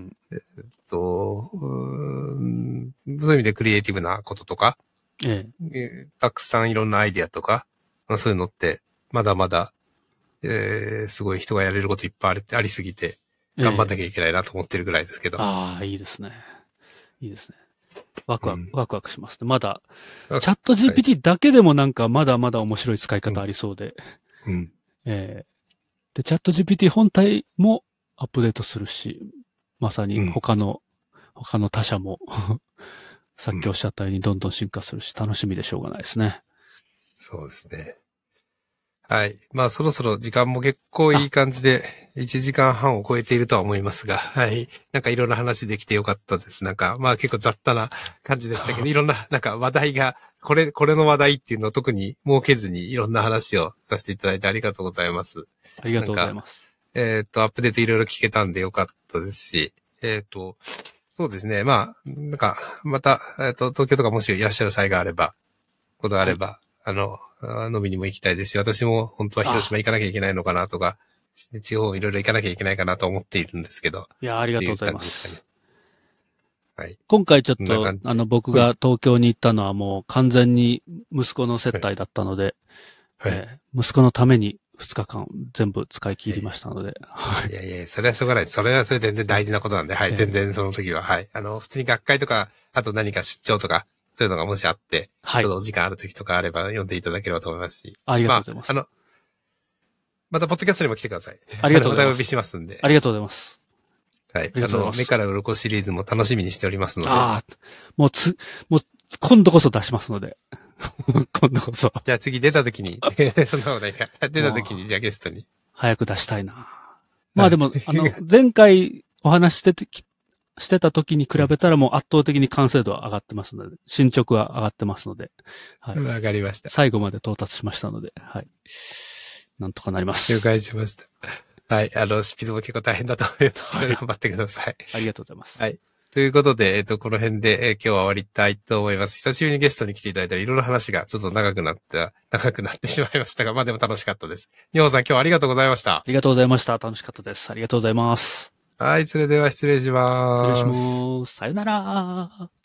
そういう意味でクリエイティブなこととか、たくさんいろんなアイディアとか、そういうのって、まだまだ、すごい人がやれることいっぱいありすぎて、頑張んなきゃいけないなと思ってるぐらいですけど。 いいですね。いいですね。ワクワクしますね。まだ、チャット GPT だけでもなんかまだまだ面白い使い方ありそうで。で、チャット GPT 本体もアップデートするし、まさに他の他社もさっきおっしゃったようにどんどん進化するし、楽しみでしょうがないですね。 そうですね。はい。まあそろそろ時間も結構いい感じで、1時間半を超えているとは思いますが、はい。なんかいろんな話できてよかったです。なんか、まあ結構雑多な感じでしたけど、いろんな、なんか話題が、これの話題っていうのを特に設けずにいろんな話をさせていただいてありがとうございます。 ありがとうございます。 アップデートいろいろ聞けたんでよかったですし、そうですね。まあ、なんか、また、東京とかもしいらっしゃる際があれば、ことがあれば、飲みにも行きたいですし、私も本当は広島行かなきゃいけないのかなとか、地方いろいろ行かなきゃいけないかなと思っているんですけど。 いや、ありがとうございます。 はい。 今回ちょっと、僕が東京に行ったのはもう完全に息子の接待だったので、息子のために2日間全部使い切りましたので。 いやいや、それはしょうがないです。それはそれで全然大事なことなんで、はい、全然その時は、はい。普通に学会とか、あと何か出張とか、そういうのがもしあって、ちょっとお時間ある時とかあれば読んでいただければと思いますし。 ありがとうございます。 またポッドキャストにも来てください。 ありがとうございます。 またお呼びしますんで。 ありがとうございます。 はい。目から鱗シリーズも楽しみにしておりますので。 もう今度こそ出しますので。今度こそ。 じゃあ次出た時に、そんなことないか。出た時に、じゃあゲストに。 早く出したいな。まあでも、前回お話してた時に比べたらもう圧倒的に完成度は上がってますので、進捗は上がってますので。 はい。わかりました。 最後まで到達しましたので、はい。なんとかなります。 了解しました。はい。執筆も結構大変だと思いますけど、頑張ってください。 ありがとうございます。 はい。ということで、この辺で、今日は終わりたいと思います。久しぶりにゲストに来ていただいたらいろいろ話がちょっと長くなってしまいましたが、まあでも楽しかったです。日本さん今日はありがとうございました。 ありがとうございました。楽しかったです。ありがとうございます。 はい、それでは失礼します。 失礼します。さよなら。